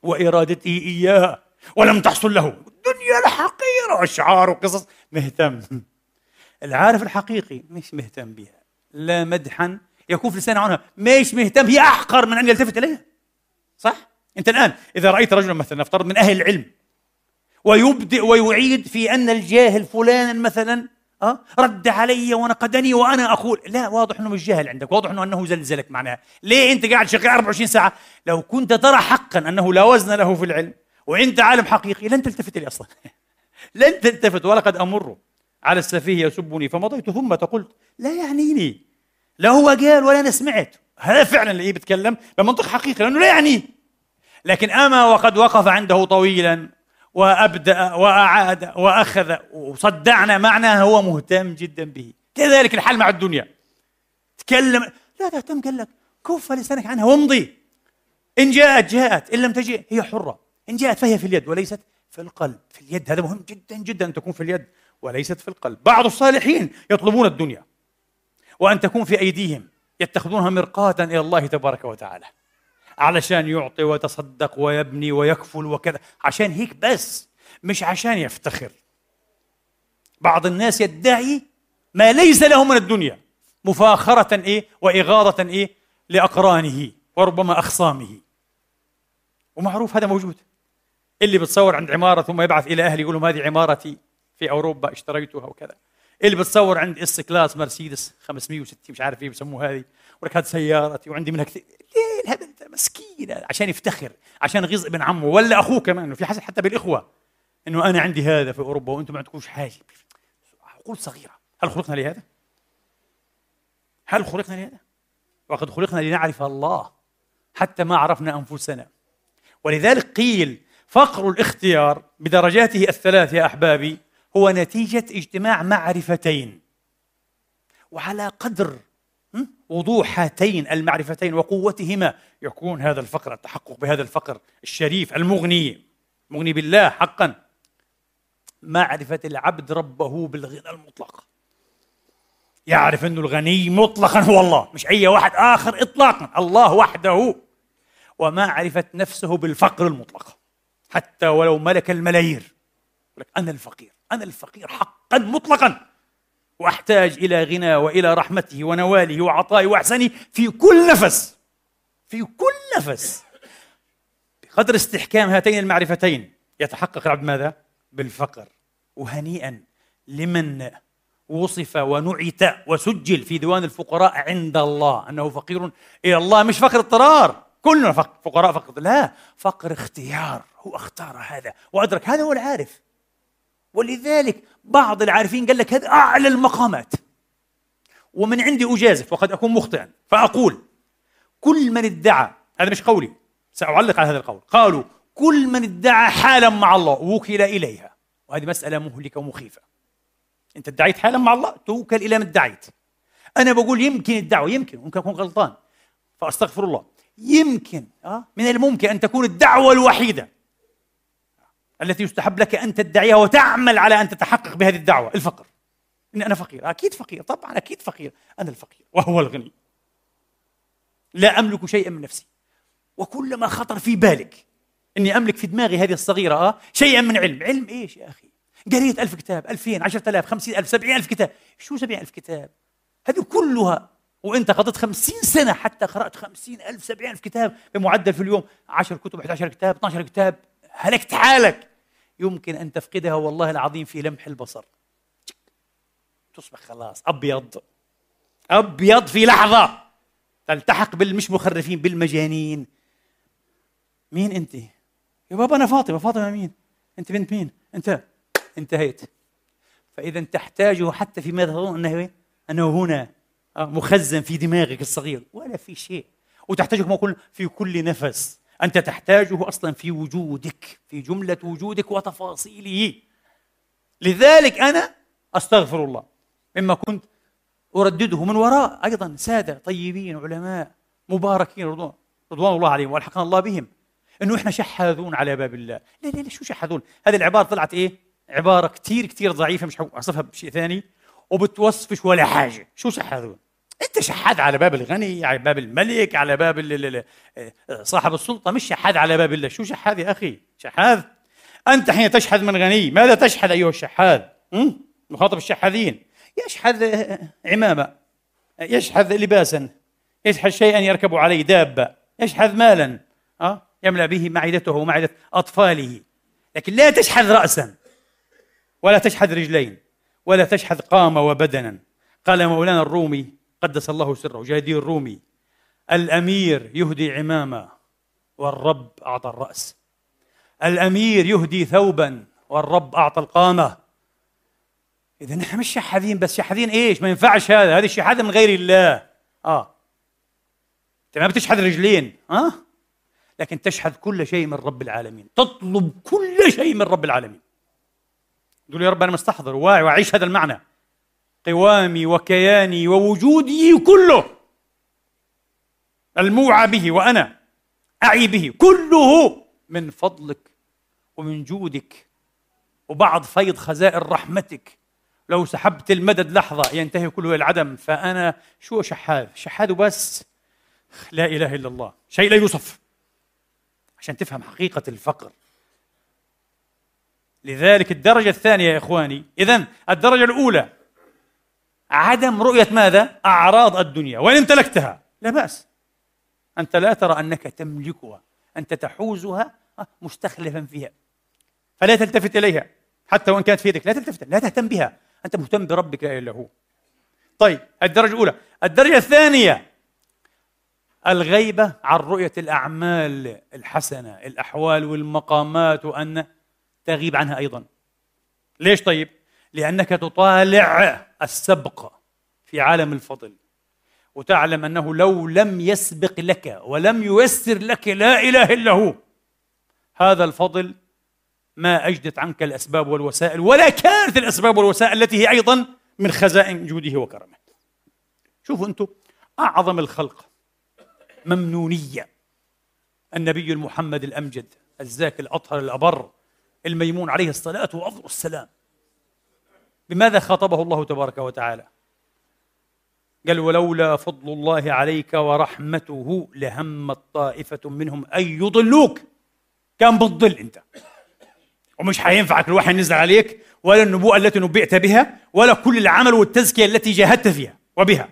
وإرادته إياها ولم تحصل له، الدنيا الحقيرة وأشعار وقصص، مهتم. العارف الحقيقي مش مهتم بها، لا مدحا يكون في لسانه عنها، مش مهتم، هي أحقر من أن يلتفت إليها. صح؟ أنت الآن إذا رأيت رجلا مثلا نفترض من أهل العلم ويبدئ ويعيد في أن الجاهل فلانا مثلا رد علي ونقدني وأنا أقول لا، واضح أنه مش جاهل عندك، واضح أنه زلزلك. معناها ليه أنت قاعد شغال 24 ساعة؟ لو كنت ترى حقا أنه لا وزن له في العلم وأنت عالم حقيقي لن تلتفت لي أصلا. لن تلتفت. ولقد أمر على السفيه يسبني فمضيت ثم قلت لا يعنيني، لا هو قال ولا أنا سمعت. هذا فعلا اللي بيتكلم بمنطق حقيقي لأنه لا يعنيه. لكن أما وقد وقف عنده طويلا وأبدأ وأعاد وأخذ وصدعنا معناه هو مهتم جدا به. كذلك الحال مع الدنيا. تكلم لا تهتم، قال لك كف لسانك عنها وامضي. إن جاءت جاءت، إن لم تجئ هي حرة. إن جاءت فهي في اليد وليست في القلب. في اليد، هذا مهم جدا جدا، أن تكون في اليد وليست في القلب. بعض الصالحين يطلبون الدنيا وأن تكون في أيديهم، يتخذونها مرقاة إلى الله تبارك وتعالى علشان يعطي ويتصدق ويبني ويكفل وكذا، عشان هيك بس، مش عشان يفتخر. بعض الناس يدعي ما ليس له من الدنيا مفاخرة وإغاظة لأقرانه وربما أخصامه. ومعروف هذا موجود. اللي بتصور عند عمارة ثم يبعث إلى أهله يقول لهم هذه عمارتي في أوروبا اشتريتها وكذا. اللي بتصور عند اس كلاس مرسيدس 560 مش عارف ايه بسموه هذه، ولك هذه سيارتي وعندي منها كثير. ليه هذا مسكين؟ عشان يفتخر، عشان يغيظ ابن عمه ولا اخوه كمان. وفي حسد حتى بالاخوه، انه انا عندي هذا في اوروبا وانتم ما عندكوش حاجه. عقول صغيره. هل خلقنا لهذا؟ هل خلقنا لهذا؟ وقد خلقنا لنعرف الله حتى ما عرفنا انفسنا. ولذلك قيل فقر الاختيار بدرجاته الثلاث يا احبابي هو نتيجة اجتماع معرفتين، وعلى قدر وضوح هاتين المعرفتين وقوتهما يكون هذا الفقر، التحقق بهذا الفقر الشريف المغني بالله حقا. معرفة العبد ربه بالغنى المطلق، يعرف أنه الغني مطلقا هو الله، مش أي واحد آخر إطلاقا، الله وحده. ومعرفة نفسه بالفقر المطلق، حتى ولو ملك الملايير لك أنا الفقير، أنا الفقير حقا مطلقا، وأحتاج إلى غنى وإلى رحمته ونواله وعطائه وإحسانه في كل نفس، في كل نفس. بقدر استحكام هاتين المعرفتين يتحقق العبد ماذا؟ بالفقر. وهنيئا لمن وصف ونعت وسجل في ديوان الفقراء عند الله أنه فقير إلى الله. مش فقر اضطرار، كلنا فقراء فقط، لا، فقر اختيار. هو اختار هذا وأدرك هذا، هو العارف. ولذلك بعض العارفين قال لك هذا أعلى المقامات. ومن عندي أجازف وقد أكون مخطئا فأقول كل من ادعى، هذا مش قولي، سأعلق على هذا القول، قالوا كل من ادعى حالا مع الله وكل إليها. وهذه مسألة مهلكة ومخيفة. أنت ادعيت حالا مع الله توكل إلى من ادعيت. أنا بقول يمكن الدعوة، يمكن أكون غلطان فأستغفر الله، يمكن من الممكن أن تكون الدعوة الوحيدة التي يستحب لك أن تدعيها وتعمل على أن تتحقق بهذه الدعوة الفقر. إن أنا فقير، أكيد فقير، طبعا أكيد فقير، أنا الفقير وهو الغني، لا أملك شيئا من نفسي. وكلما خطر في بالك أني أملك في دماغي هذه الصغيرة شيئا من علم. علم إيش يا أخي؟ قريت 1000 كتاب، 2000، 10,000، 50,000، 70,000 كتاب. شو 70,000 كتاب؟ هذه كلها وأنت قضيت 50 سنة حتى قرأت 50,000، 70,000 كتاب بمعدل في اليوم 10 كتب، 11 كتاب، 12 كتاب. هلكت حالك. يمكن أن تفقدها والله العظيم في لمح البصر، تصبح خلاص أبيض في لحظة، تلتحق بالمش مخرفين، بالمجانين. مين أنت؟ يا بابا أنا فاطمة. فاطمة مين؟ أنت بنت مين؟ أنت انتهيت. فإذا تحتاجه حتى فيما تظن أنه هنا مخزن في دماغك الصغير، ولا في شيء. وتحتاجه كما قلنا في كل نفس. أنت تحتاجه أصلا في وجودك، في جملة وجودك وتفاصيله. لذلك أنا أستغفر الله مما كنت أردده من وراء أيضا سادة طيبين علماء مباركين رضوان الله عليهم والحقنا الله بهم، إنه إحنا شحاذون على باب الله. لا شو شحاذون؟ هذه العبارة طلعت عبارة كتير ضعيفة، مش أصفها بشيء ثاني، وبتوصفش ولا حاجة. شو شحاذون؟ أنت شحاذ على باب الغني، على باب الملك، على باب صاحب السلطة، مش شحاذ على باب الله. شو شحاذ يا أخي؟ شحاذ أنت حين تشحذ من غني، ماذا تشحذ أيها الشحاذ؟ مخاطب الشحاذين، يشحذ عمامة، يشحذ لباسا، يشحذ شيئا يركب عليه دابة، يشحذ مالا يملأ به معدته ومعدة أطفاله، لكن لا تشحذ رأسا ولا تشحذ رجلين ولا تشحذ قامة وبدنا. قال مولانا الرومي قدس الله سره جادي الرومي: الأمير يهدي عمامة والرب أعطى الرأس، الأمير يهدي ثوبا والرب أعطى القامة. إذا نحن مش شحاذين بس، شحاذين إيش؟ ما ينفعش هذا، هذه الشحاذة من غير الله. أنت ما بتشحذ رجلين لكن تشحذ كل شيء من رب العالمين، تطلب كل شيء من رب العالمين. تقول يا رب أنا مستحضر واعي وأعيش هذا المعنى، قوامي وكياني ووجودي كله الموعى به وأنا أعي به كله من فضلك ومن جودك وبعض فيض خزائن رحمتك. لو سحبت المدد لحظة ينتهي كله إلى العدم. فأنا شو شحاذ بس، لا إله إلا الله، شيء لا يوصف، عشان تفهم حقيقة الفقر. لذلك الدرجة الثانية يا إخواني، إذن الدرجة الأولى عدم رؤية ماذا؟ أعراض الدنيا، وإن امتلكتها لا بأس، أنت لا ترى أنك تملكها، أنت تحوزها مستخلفا فيها، فلا تلتفت إليها حتى وإن كانت في يدك، لا تلتفت، لا تهتم بها، أنت مهتم بربك لا إلا هو. طيب الدرجة الأولى. الدرجة الثانية الغيبة عن رؤية الأعمال الحسنة، الأحوال والمقامات، وأن تغيب عنها أيضا. ليش طيب؟ لأنك تطالع السبق في عالم الفضل، وتعلم أنه لو لم يسبق لك ولم ييسر لك لا إله إلا هو هذا الفضل ما أجدت عنك الأسباب والوسائل، ولا كانت الأسباب والوسائل التي هي أيضا من خزائن جوده وكرمه. شوفوا أنتم أعظم الخلق ممنونية النبي المحمد الأمجد الزاكي الأطهر الأبر الميمون عليه الصلاة وأفضل السلام. بماذا خاطبه الله تبارك وتعالى؟ قال: ولولا فضل الله عليك ورحمته لهمت طائفة منهم أن يضلوك. كان بتضل أنت، ومش حينفعك الوحي نزل عليك، ولا النبوءة التي نبئت بها، ولا كل العمل والتزكية التي جاهدت فيها وبها.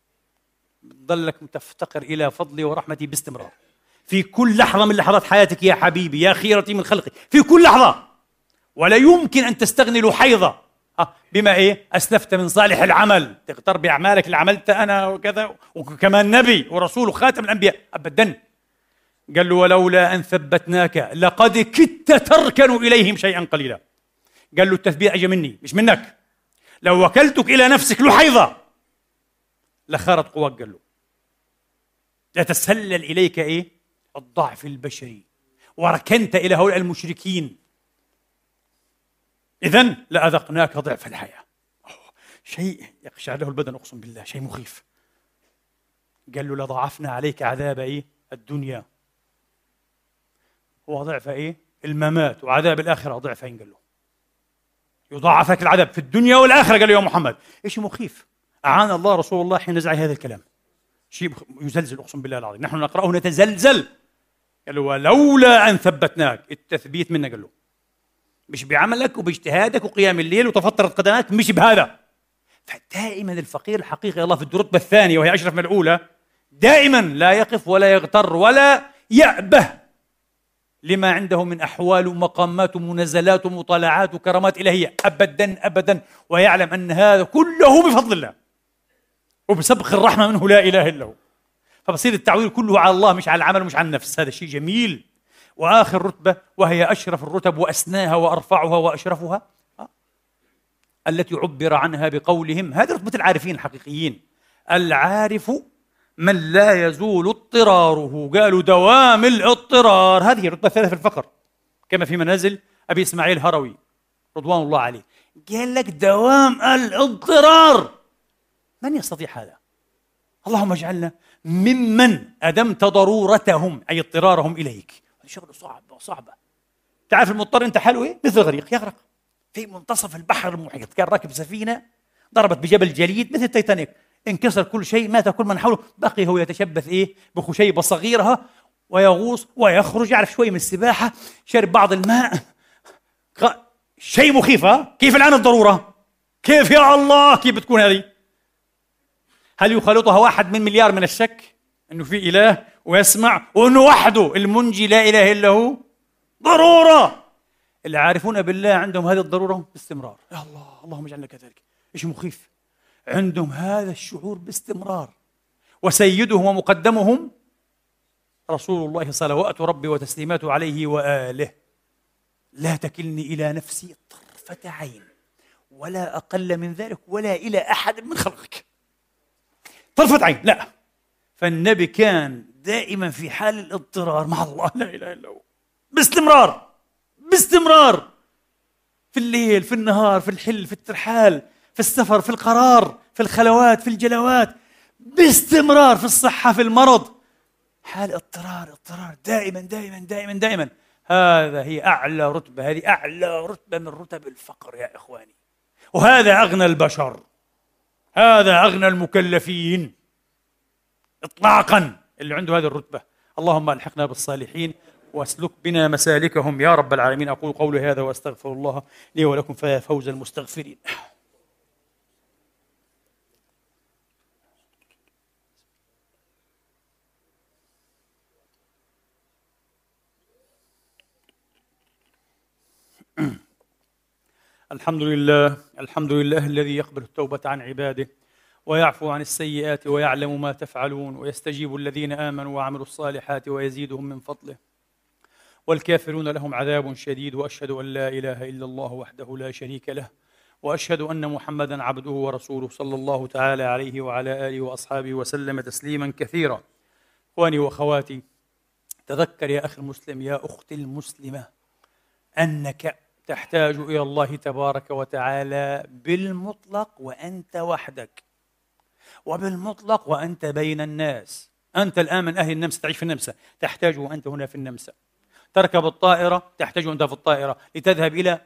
ضلك تفتقر إلى فضلي ورحمتي باستمرار في كل لحظة من لحظات حياتك يا حبيبي، يا خيرتي من خلقي، في كل لحظة. ولا يمكن أن تستغني لحيظة بما أسلفت من صالح العمل، تغتر بأعمالك اللي عملت أنا وكذا، وكمان نبي ورسول وخاتم الأنبياء، أبدا. قال له: ولولا أن ثبتناك لقد كدت تركن إليهم شيئا قليلا. قال له: التثبيت أجى مني مش منك، لو وكلتك إلى نفسك لحيظة لخارت قواك. قال له: لتسلل إليك الضعف البشري، وركنت إلى هؤلاء المشركين، إذن لأذقناك ضعف الحياة. شيء يقشعر له البدن، أقسم بالله شيء مخيف. قال له: لضاعفنا عليك عذاب الدنيا، هو ضعف الممات، وعذاب الآخرة ضعفين. قال له: يضاعف لك العذاب في الدنيا والآخرة. قال له: يا محمد إيش مخيف؟ أعان الله رسول الله حين نزع هذا الكلام، شيء يزلزل، أقسم بالله العظيم، نحن نقرأه نتزلزل. قال له: ولولا أن ثبتناك، التثبيت منا. قال له: مش بعملك وباجتهادك وقيام الليل وتفطرت قدمات، مش بهذا. فدائما الفقير الحقيقي الله في الرتبة الثانية وهي أشرف من الأولى، دائما لا يقف ولا يغتر ولا يأبه لما عنده من أحوال ومقامات ومنزلات ومطالعات وكرامات إلهية، أبدا أبدا، ويعلم أن هذا كله بفضل الله وبسبق الرحمة منه لا إله إلا هو. فبصير التعويل كله على الله مش على العمل ومش على النفس. هذا شيء جميل. وآخر رتبة وهي أشرف الرتب وأسناها وأرفعها وأشرفها، التي عبر عنها بقولهم، هذه رتبة العارفين الحقيقيين: العارف من لا يزول اضطراره. قالوا: دوام الاضطرار، هذه الرتبة الثالثة في الفقر، كما في منازل أبي إسماعيل هروي رضوان الله عليه. قال لك دوام الاضطرار، من يستطيع هذا؟ اللهم اجعلنا ممن أدمت ضرورتهم، أي اضطرارهم إليك. هذه شغله صعبة. تعرف المضطر أنت حاله مثل الغريق، يغرق في منتصف البحر المحيط. كان راكب سفينة ضربت بجبل جليد مثل التيتانيك، انكسر كل شيء، مات كل من حوله، بقي هو يتشبث بخشيبة صغيرة ويغوص ويخرج، يعرف شوي من السباحة، شرب بعض الماء. شيء مخيف. كيف الآن الضرورة؟ كيف يا الله؟ كيف بتكون هذه؟ هل يخالطها واحد من مليار من الشك أنه في إله ويسمع وأنه وحده المنجي لا إله إلا هو؟ ضرورة. اللي عارفون بالله عندهم هذه الضرورة باستمرار. يا الله، اللهم اجعلنا كذلك. إيش مخيف؟ عندهم هذا الشعور باستمرار، وسيدهم ومقدمهم رسول الله صلوات ربي وتسليماته عليه وآله. لا تكلني إلى نفسي طرفة عين، ولا أقل من ذلك، ولا إلى أحد من خلقك طرفة عين، لا. فالنبي كان دائما في حال الاضطرار مع الله لا إله إلا هو، باستمرار باستمرار، في الليل، في النهار، في الحل، في الترحال، في السفر، في القرار، في الخلوات، في الجلوات، باستمرار، في الصحة، في المرض، حال اضطرار اضطرار دائما دائما دائما دائما. هي أعلى رتبة، هذه أعلى رتبة من رتب الفقر يا إخواني، وهذا أغنى البشر، هذا أغنى المكلفين إطلاقا اللي عنده هذه الرتبة. اللهم ألحقنا بالصالحين واسلك بنا مسالكهم يا رب العالمين. أقول قولي هذا وأستغفر الله لي ولكم، فيا فوز المستغفرين. الحمد لله، الحمد لله الذي يقبل التوبة عن عباده ويعفو عن السيئات ويعلم ما تفعلون، ويستجيب الذين آمنوا وعملوا الصالحات ويزيدهم من فضله، والكافرون لهم عذاب شديد. وأشهد أن لا إله إلا الله وحده لا شريك له، وأشهد أن محمدًا عبده ورسوله صلى الله تعالى عليه وعلى آله وأصحابه وسلم تسليمًا كثيرا. إخواني وأخواتي، تذكر يا أخي المسلم، يا أختي المسلمة، أنك تحتاج إلى الله تبارك وتعالى بالمطلق وأنت وحدك، وبالمطلق وأنت بين الناس. أنت الآن من أهل النمسا، تعيش في النمسا، تحتاج وأنت هنا في النمسا. تركب الطائرة، تحتاج وأنت في الطائرة لتذهب إلى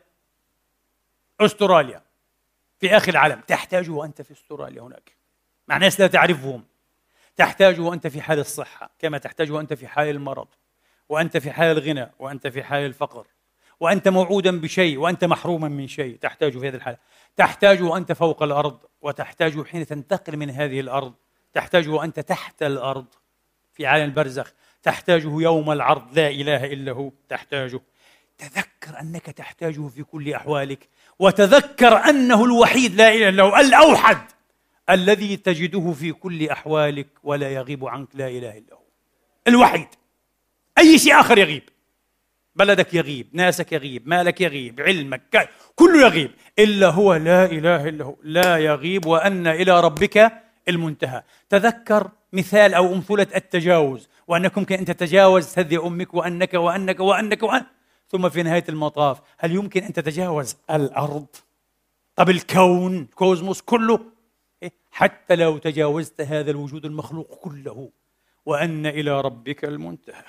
أستراليا في آخر العالم، تحتاج وأنت في أستراليا هناك مع ناس لا تعرفهم. تحتاج وأنت في حال الصحة، كما تحتاج وأنت في حال المرض، وأنت في حال الغنى، وأنت في حال الفقر، وأنت موعودا بشيء وأنت محروما من شيء. تحتاج في هذه الحالة. تحتاج وأنت فوق الأرض، وتحتاج حين تنتقل من هذه الأرض. تحتاج وأنت تحت الأرض في عالم البرزخ. تحتاجه يوم العرض لا إله إلا هو، تحتاجه. تذكر أنك تحتاجه في كل أحوالك، وتذكر أنه الوحيد لا إله إلا هو، الأوحد الذي تجده في كل أحوالك ولا يغيب عنك لا إله إلا هو، الوحيد. أي شيء آخر يغيب، بلدك يغيب، ناسك يغيب، مالك يغيب، علمك، كله يغيب، إلا هو لا إله إلا هو، لا يغيب، وأن إلى ربك المنتهى. تذكر مثال أو أمثلة التجاوز، وأنك ممكن أن تتجاوز ثدي أمك، وأنك وأنك وأنك وأنك، ثم في نهاية المطاف هل يمكن أن تتجاوز الأرض؟ طب الكون، كوزموس كله، حتى لو تجاوزت هذا الوجود المخلوق كله، وأن إلى ربك المنتهى.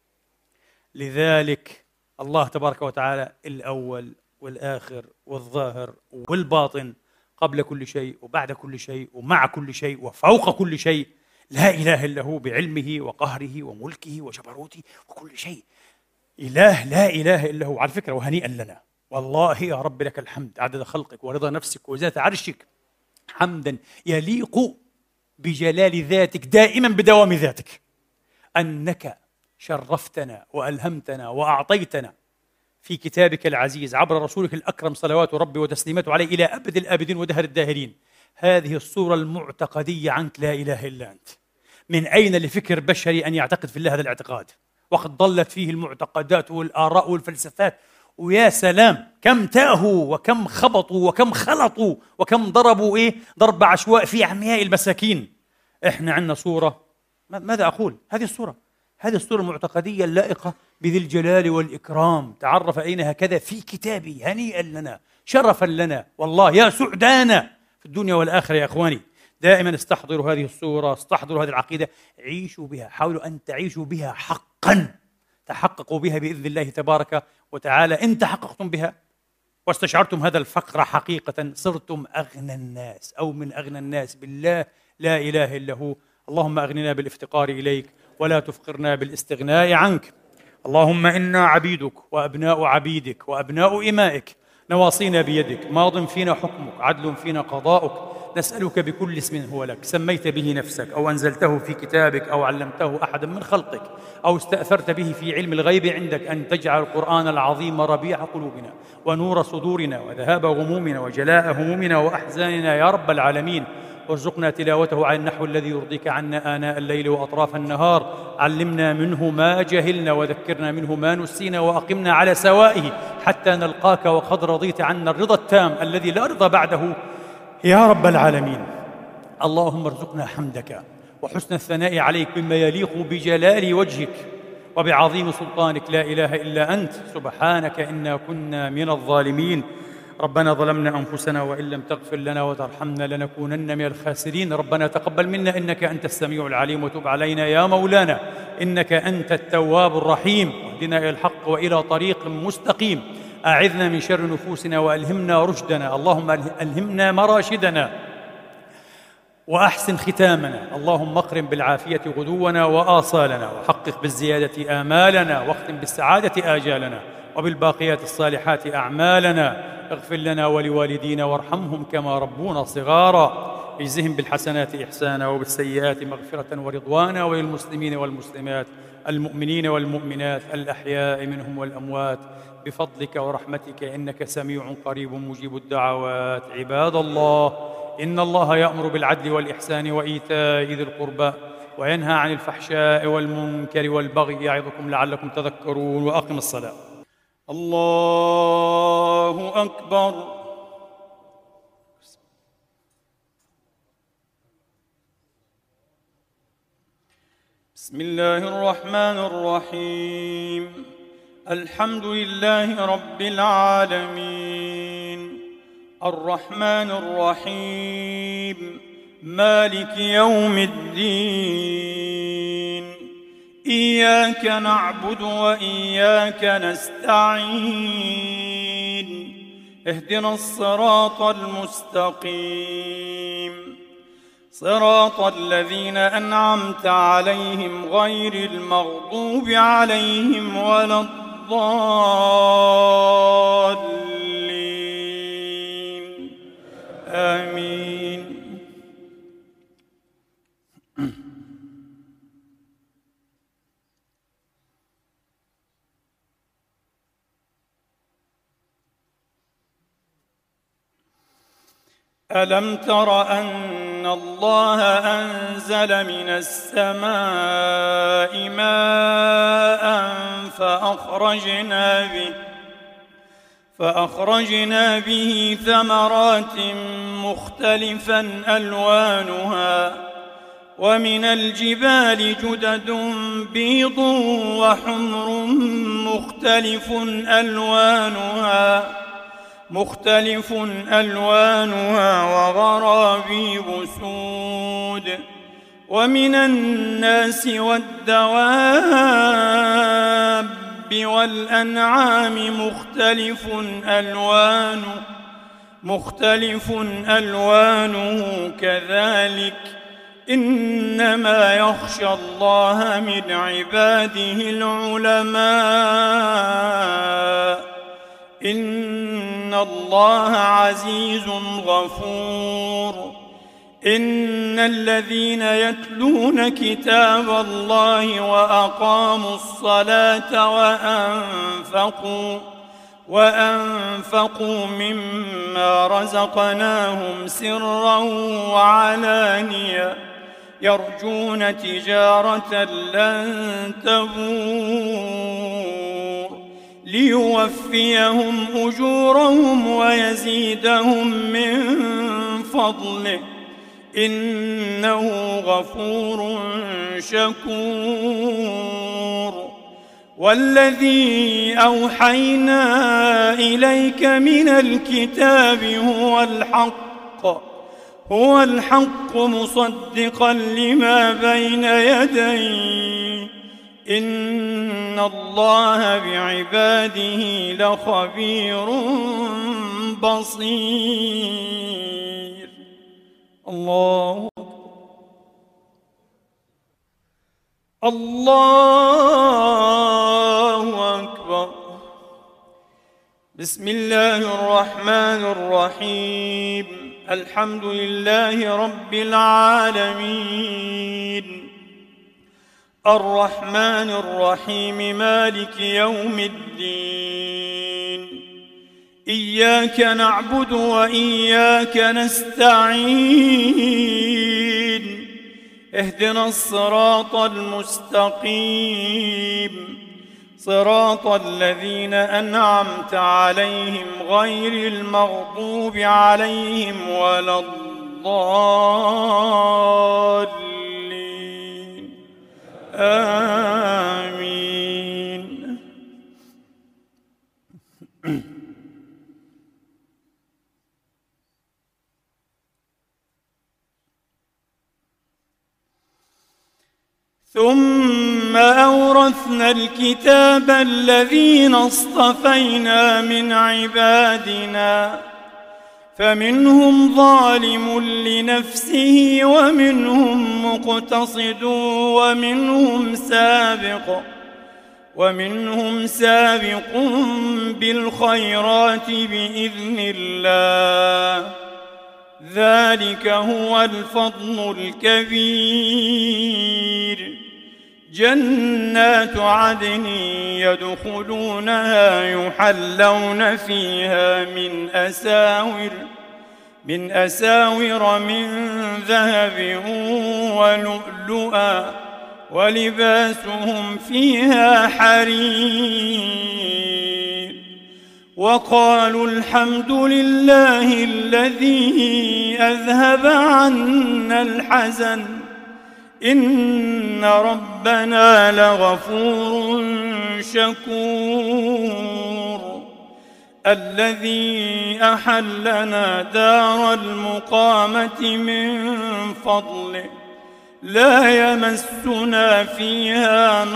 لذلك الله تبارك وتعالى الأول والآخر والظاهر والباطن، قبل كل شيء وبعد كل شيء ومع كل شيء وفوق كل شيء، لا إله إلا هو، بعلمه وقهره وملكه وجبروته وكل شيء. إله لا إله إلا هو. على فكرة، وهنيئا لنا والله يا رب، لك الحمد عدد خلقك ورضا نفسك وذات عرشك، حمدا يليق بجلال ذاتك دائما بدوام ذاتك، أنك شرفتنا وألهمتنا وأعطيتنا في كتابك العزيز عبر رسولك الأكرم صلوات ربي وتسليماته عليه إلى أبد الآبدين ودهر الداهرين هذه الصورة المعتقدية عنك لا إله إلا أنت. من أين لفكر بشري أن يعتقد في الله هذا الاعتقاد؟ وقد ضلت فيه المعتقدات والآراء والفلسفات، ويا سلام كم تاهوا وكم خبطوا وكم خلطوا وكم ضربوا ضرب عشواء في عمياء المساكين. إحنا عندنا صورة، ماذا أقول؟ هذه الصورة المعتقدية اللائقة بذي الجلال والإكرام، تعرف أين هكذا في كتابي، هنيئا لنا، شرفا لنا، والله يا سعدانا في الدنيا والآخرة. يا أخواني، دائما استحضروا هذه الصورة، استحضروا هذه العقيدة، عيشوا بها، حاولوا أن تعيشوا بها حقا، تحققوا بها بإذن الله تبارك وتعالى. إن تحققتم بها واستشعرتم هذا الفقر حقيقة صرتم أغنى الناس أو من أغنى الناس بالله لا إله إلا هو. اللهم أغننا بالافتقار إليك ولا تفقرنا بالاستغناء عنك. اللهم إنا عبيدك وأبناء عبيدك وأبناء إمائك، نواصينا بيدك، ماض فينا حكمك، عدل فينا قضاؤك. نسألك بكل اسم هو لك سميت به نفسك أو أنزلته في كتابك أو علمته أحدا من خلقك أو استأثرت به في علم الغيب عندك، أن تجعل القرآن العظيم ربيع قلوبنا ونور صدورنا وذهاب غمومنا وجلاء همومنا وأحزاننا يا رب العالمين. وارزقنا تلاوته على النحو الذي يرضيك عنا آناء الليل وأطراف النهار. علمنا منه ما جهلنا وذكرنا منه ما نسينا، وأقمنا على سوائه حتى نلقاك وقد رضيت عنا الرضا التام الذي لا رضا بعده يا رب العالمين. اللهم ارزقنا حمدك وحسن الثناء عليك بما يليق بجلال وجهك وبعظيم سلطانك، لا إله إلا أنت، سبحانك إنا كنا من الظالمين. ربنا ظلمنا أنفسنا وإن لم تغفر لنا وترحمنا لنكونن من الخاسرين. ربنا تقبل منا إنك أنت السميع العليم، وتب علينا يا مولانا إنك أنت التواب الرحيم، واهدنا إلى الحق وإلى طريق مستقيم. أعذنا من شر نفوسنا وألهمنا رشدنا، اللهم ألهمنا مراشدنا وأحسن ختامنا. اللهم اقرم بالعافية غدونا وآصالنا، وحقق بالزيادة آمالنا، واختم بالسعادة آجالنا، وبالباقيات الصالحات أعمالنا. اغفر لنا ولوالدينا وارحمهم كما ربونا صغارا. اجزهم بالحسنات إحسانا وبالسيئات مغفرة ورضوانا، وللمسلمين والمسلمات المؤمنين والمؤمنات الأحياء منهم والأموات بفضلك ورحمتك إنك سميع قريب مجيب الدعوات. عباد الله، إن الله يأمر بالعدل والإحسان وإيتاء ذي القربى وينهى عن الفحشاء والمنكر والبغي يعظكم لعلكم تذكرون. وأقم الصلاة. الله أكبر. بسم الله الرحمن الرحيم. الحمد لله رب العالمين، الرحمن الرحيم، مالك يوم الدين. إياك نعبد وإياك نستعين. اهدنا الصراط المستقيم، صراط الذين أنعمت عليهم غير المغضوب عليهم ولا الضالين. آمين. ألم تر أن الله أنزل من السماء ماء فأخرجنا به ثمرات مختلفا ألوانها، ومن الجبال جدد بيض وحمر مختلف ألوانها وغرابيب سود. ومن الناس والدواب والأنعام مختلف ألوانه كذلك. إنما يخشى الله من عباده العلماء. إن الله عزيز غفور. إن الذين يتلون كتاب الله وأقاموا الصلاة وأنفقوا مما رزقناهم سرا وعلانية يرجون تجارة لن تبور ليوفيهم أجورهم ويزيدهم من فضله إنه غفور شكور. والذي أوحينا إليك من الكتاب هو الحق مصدقا لما بين يديه إن الله بعباده لخبير بصير. الله الله أكبر. بسم الله الرحمن الرحيم. الحمد لله رب العالمين، الرحمن الرحيم، مالك يوم الدين. إياك نعبد وإياك نستعين. اهدنا الصراط المستقيم، صراط الذين أنعمت عليهم غير المغضوب عليهم ولا الضالين. آمين. ثم أورثنا الكتاب الذين اصطفينا من عبادنا فمنهم ظالم لنفسه ومنهم مقتصد ومنهم سابق بالخيرات بإذن الله. ذلك هو الفضل الكبير. جنات عدن يدخلونها يحلون فيها من أساور من ذهب ولؤلؤا ولباسهم فيها حرير. وقالوا الحمد لله الذي أذهب عنا الحزن إن ربنا لغفور شكور. الذي أحلنا دار المقامة من فضله لا يمسنا فيها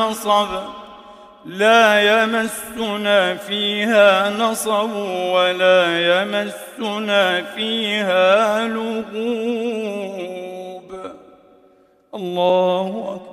نصب ولا يمسنا فيها لغوب. الله أكبر.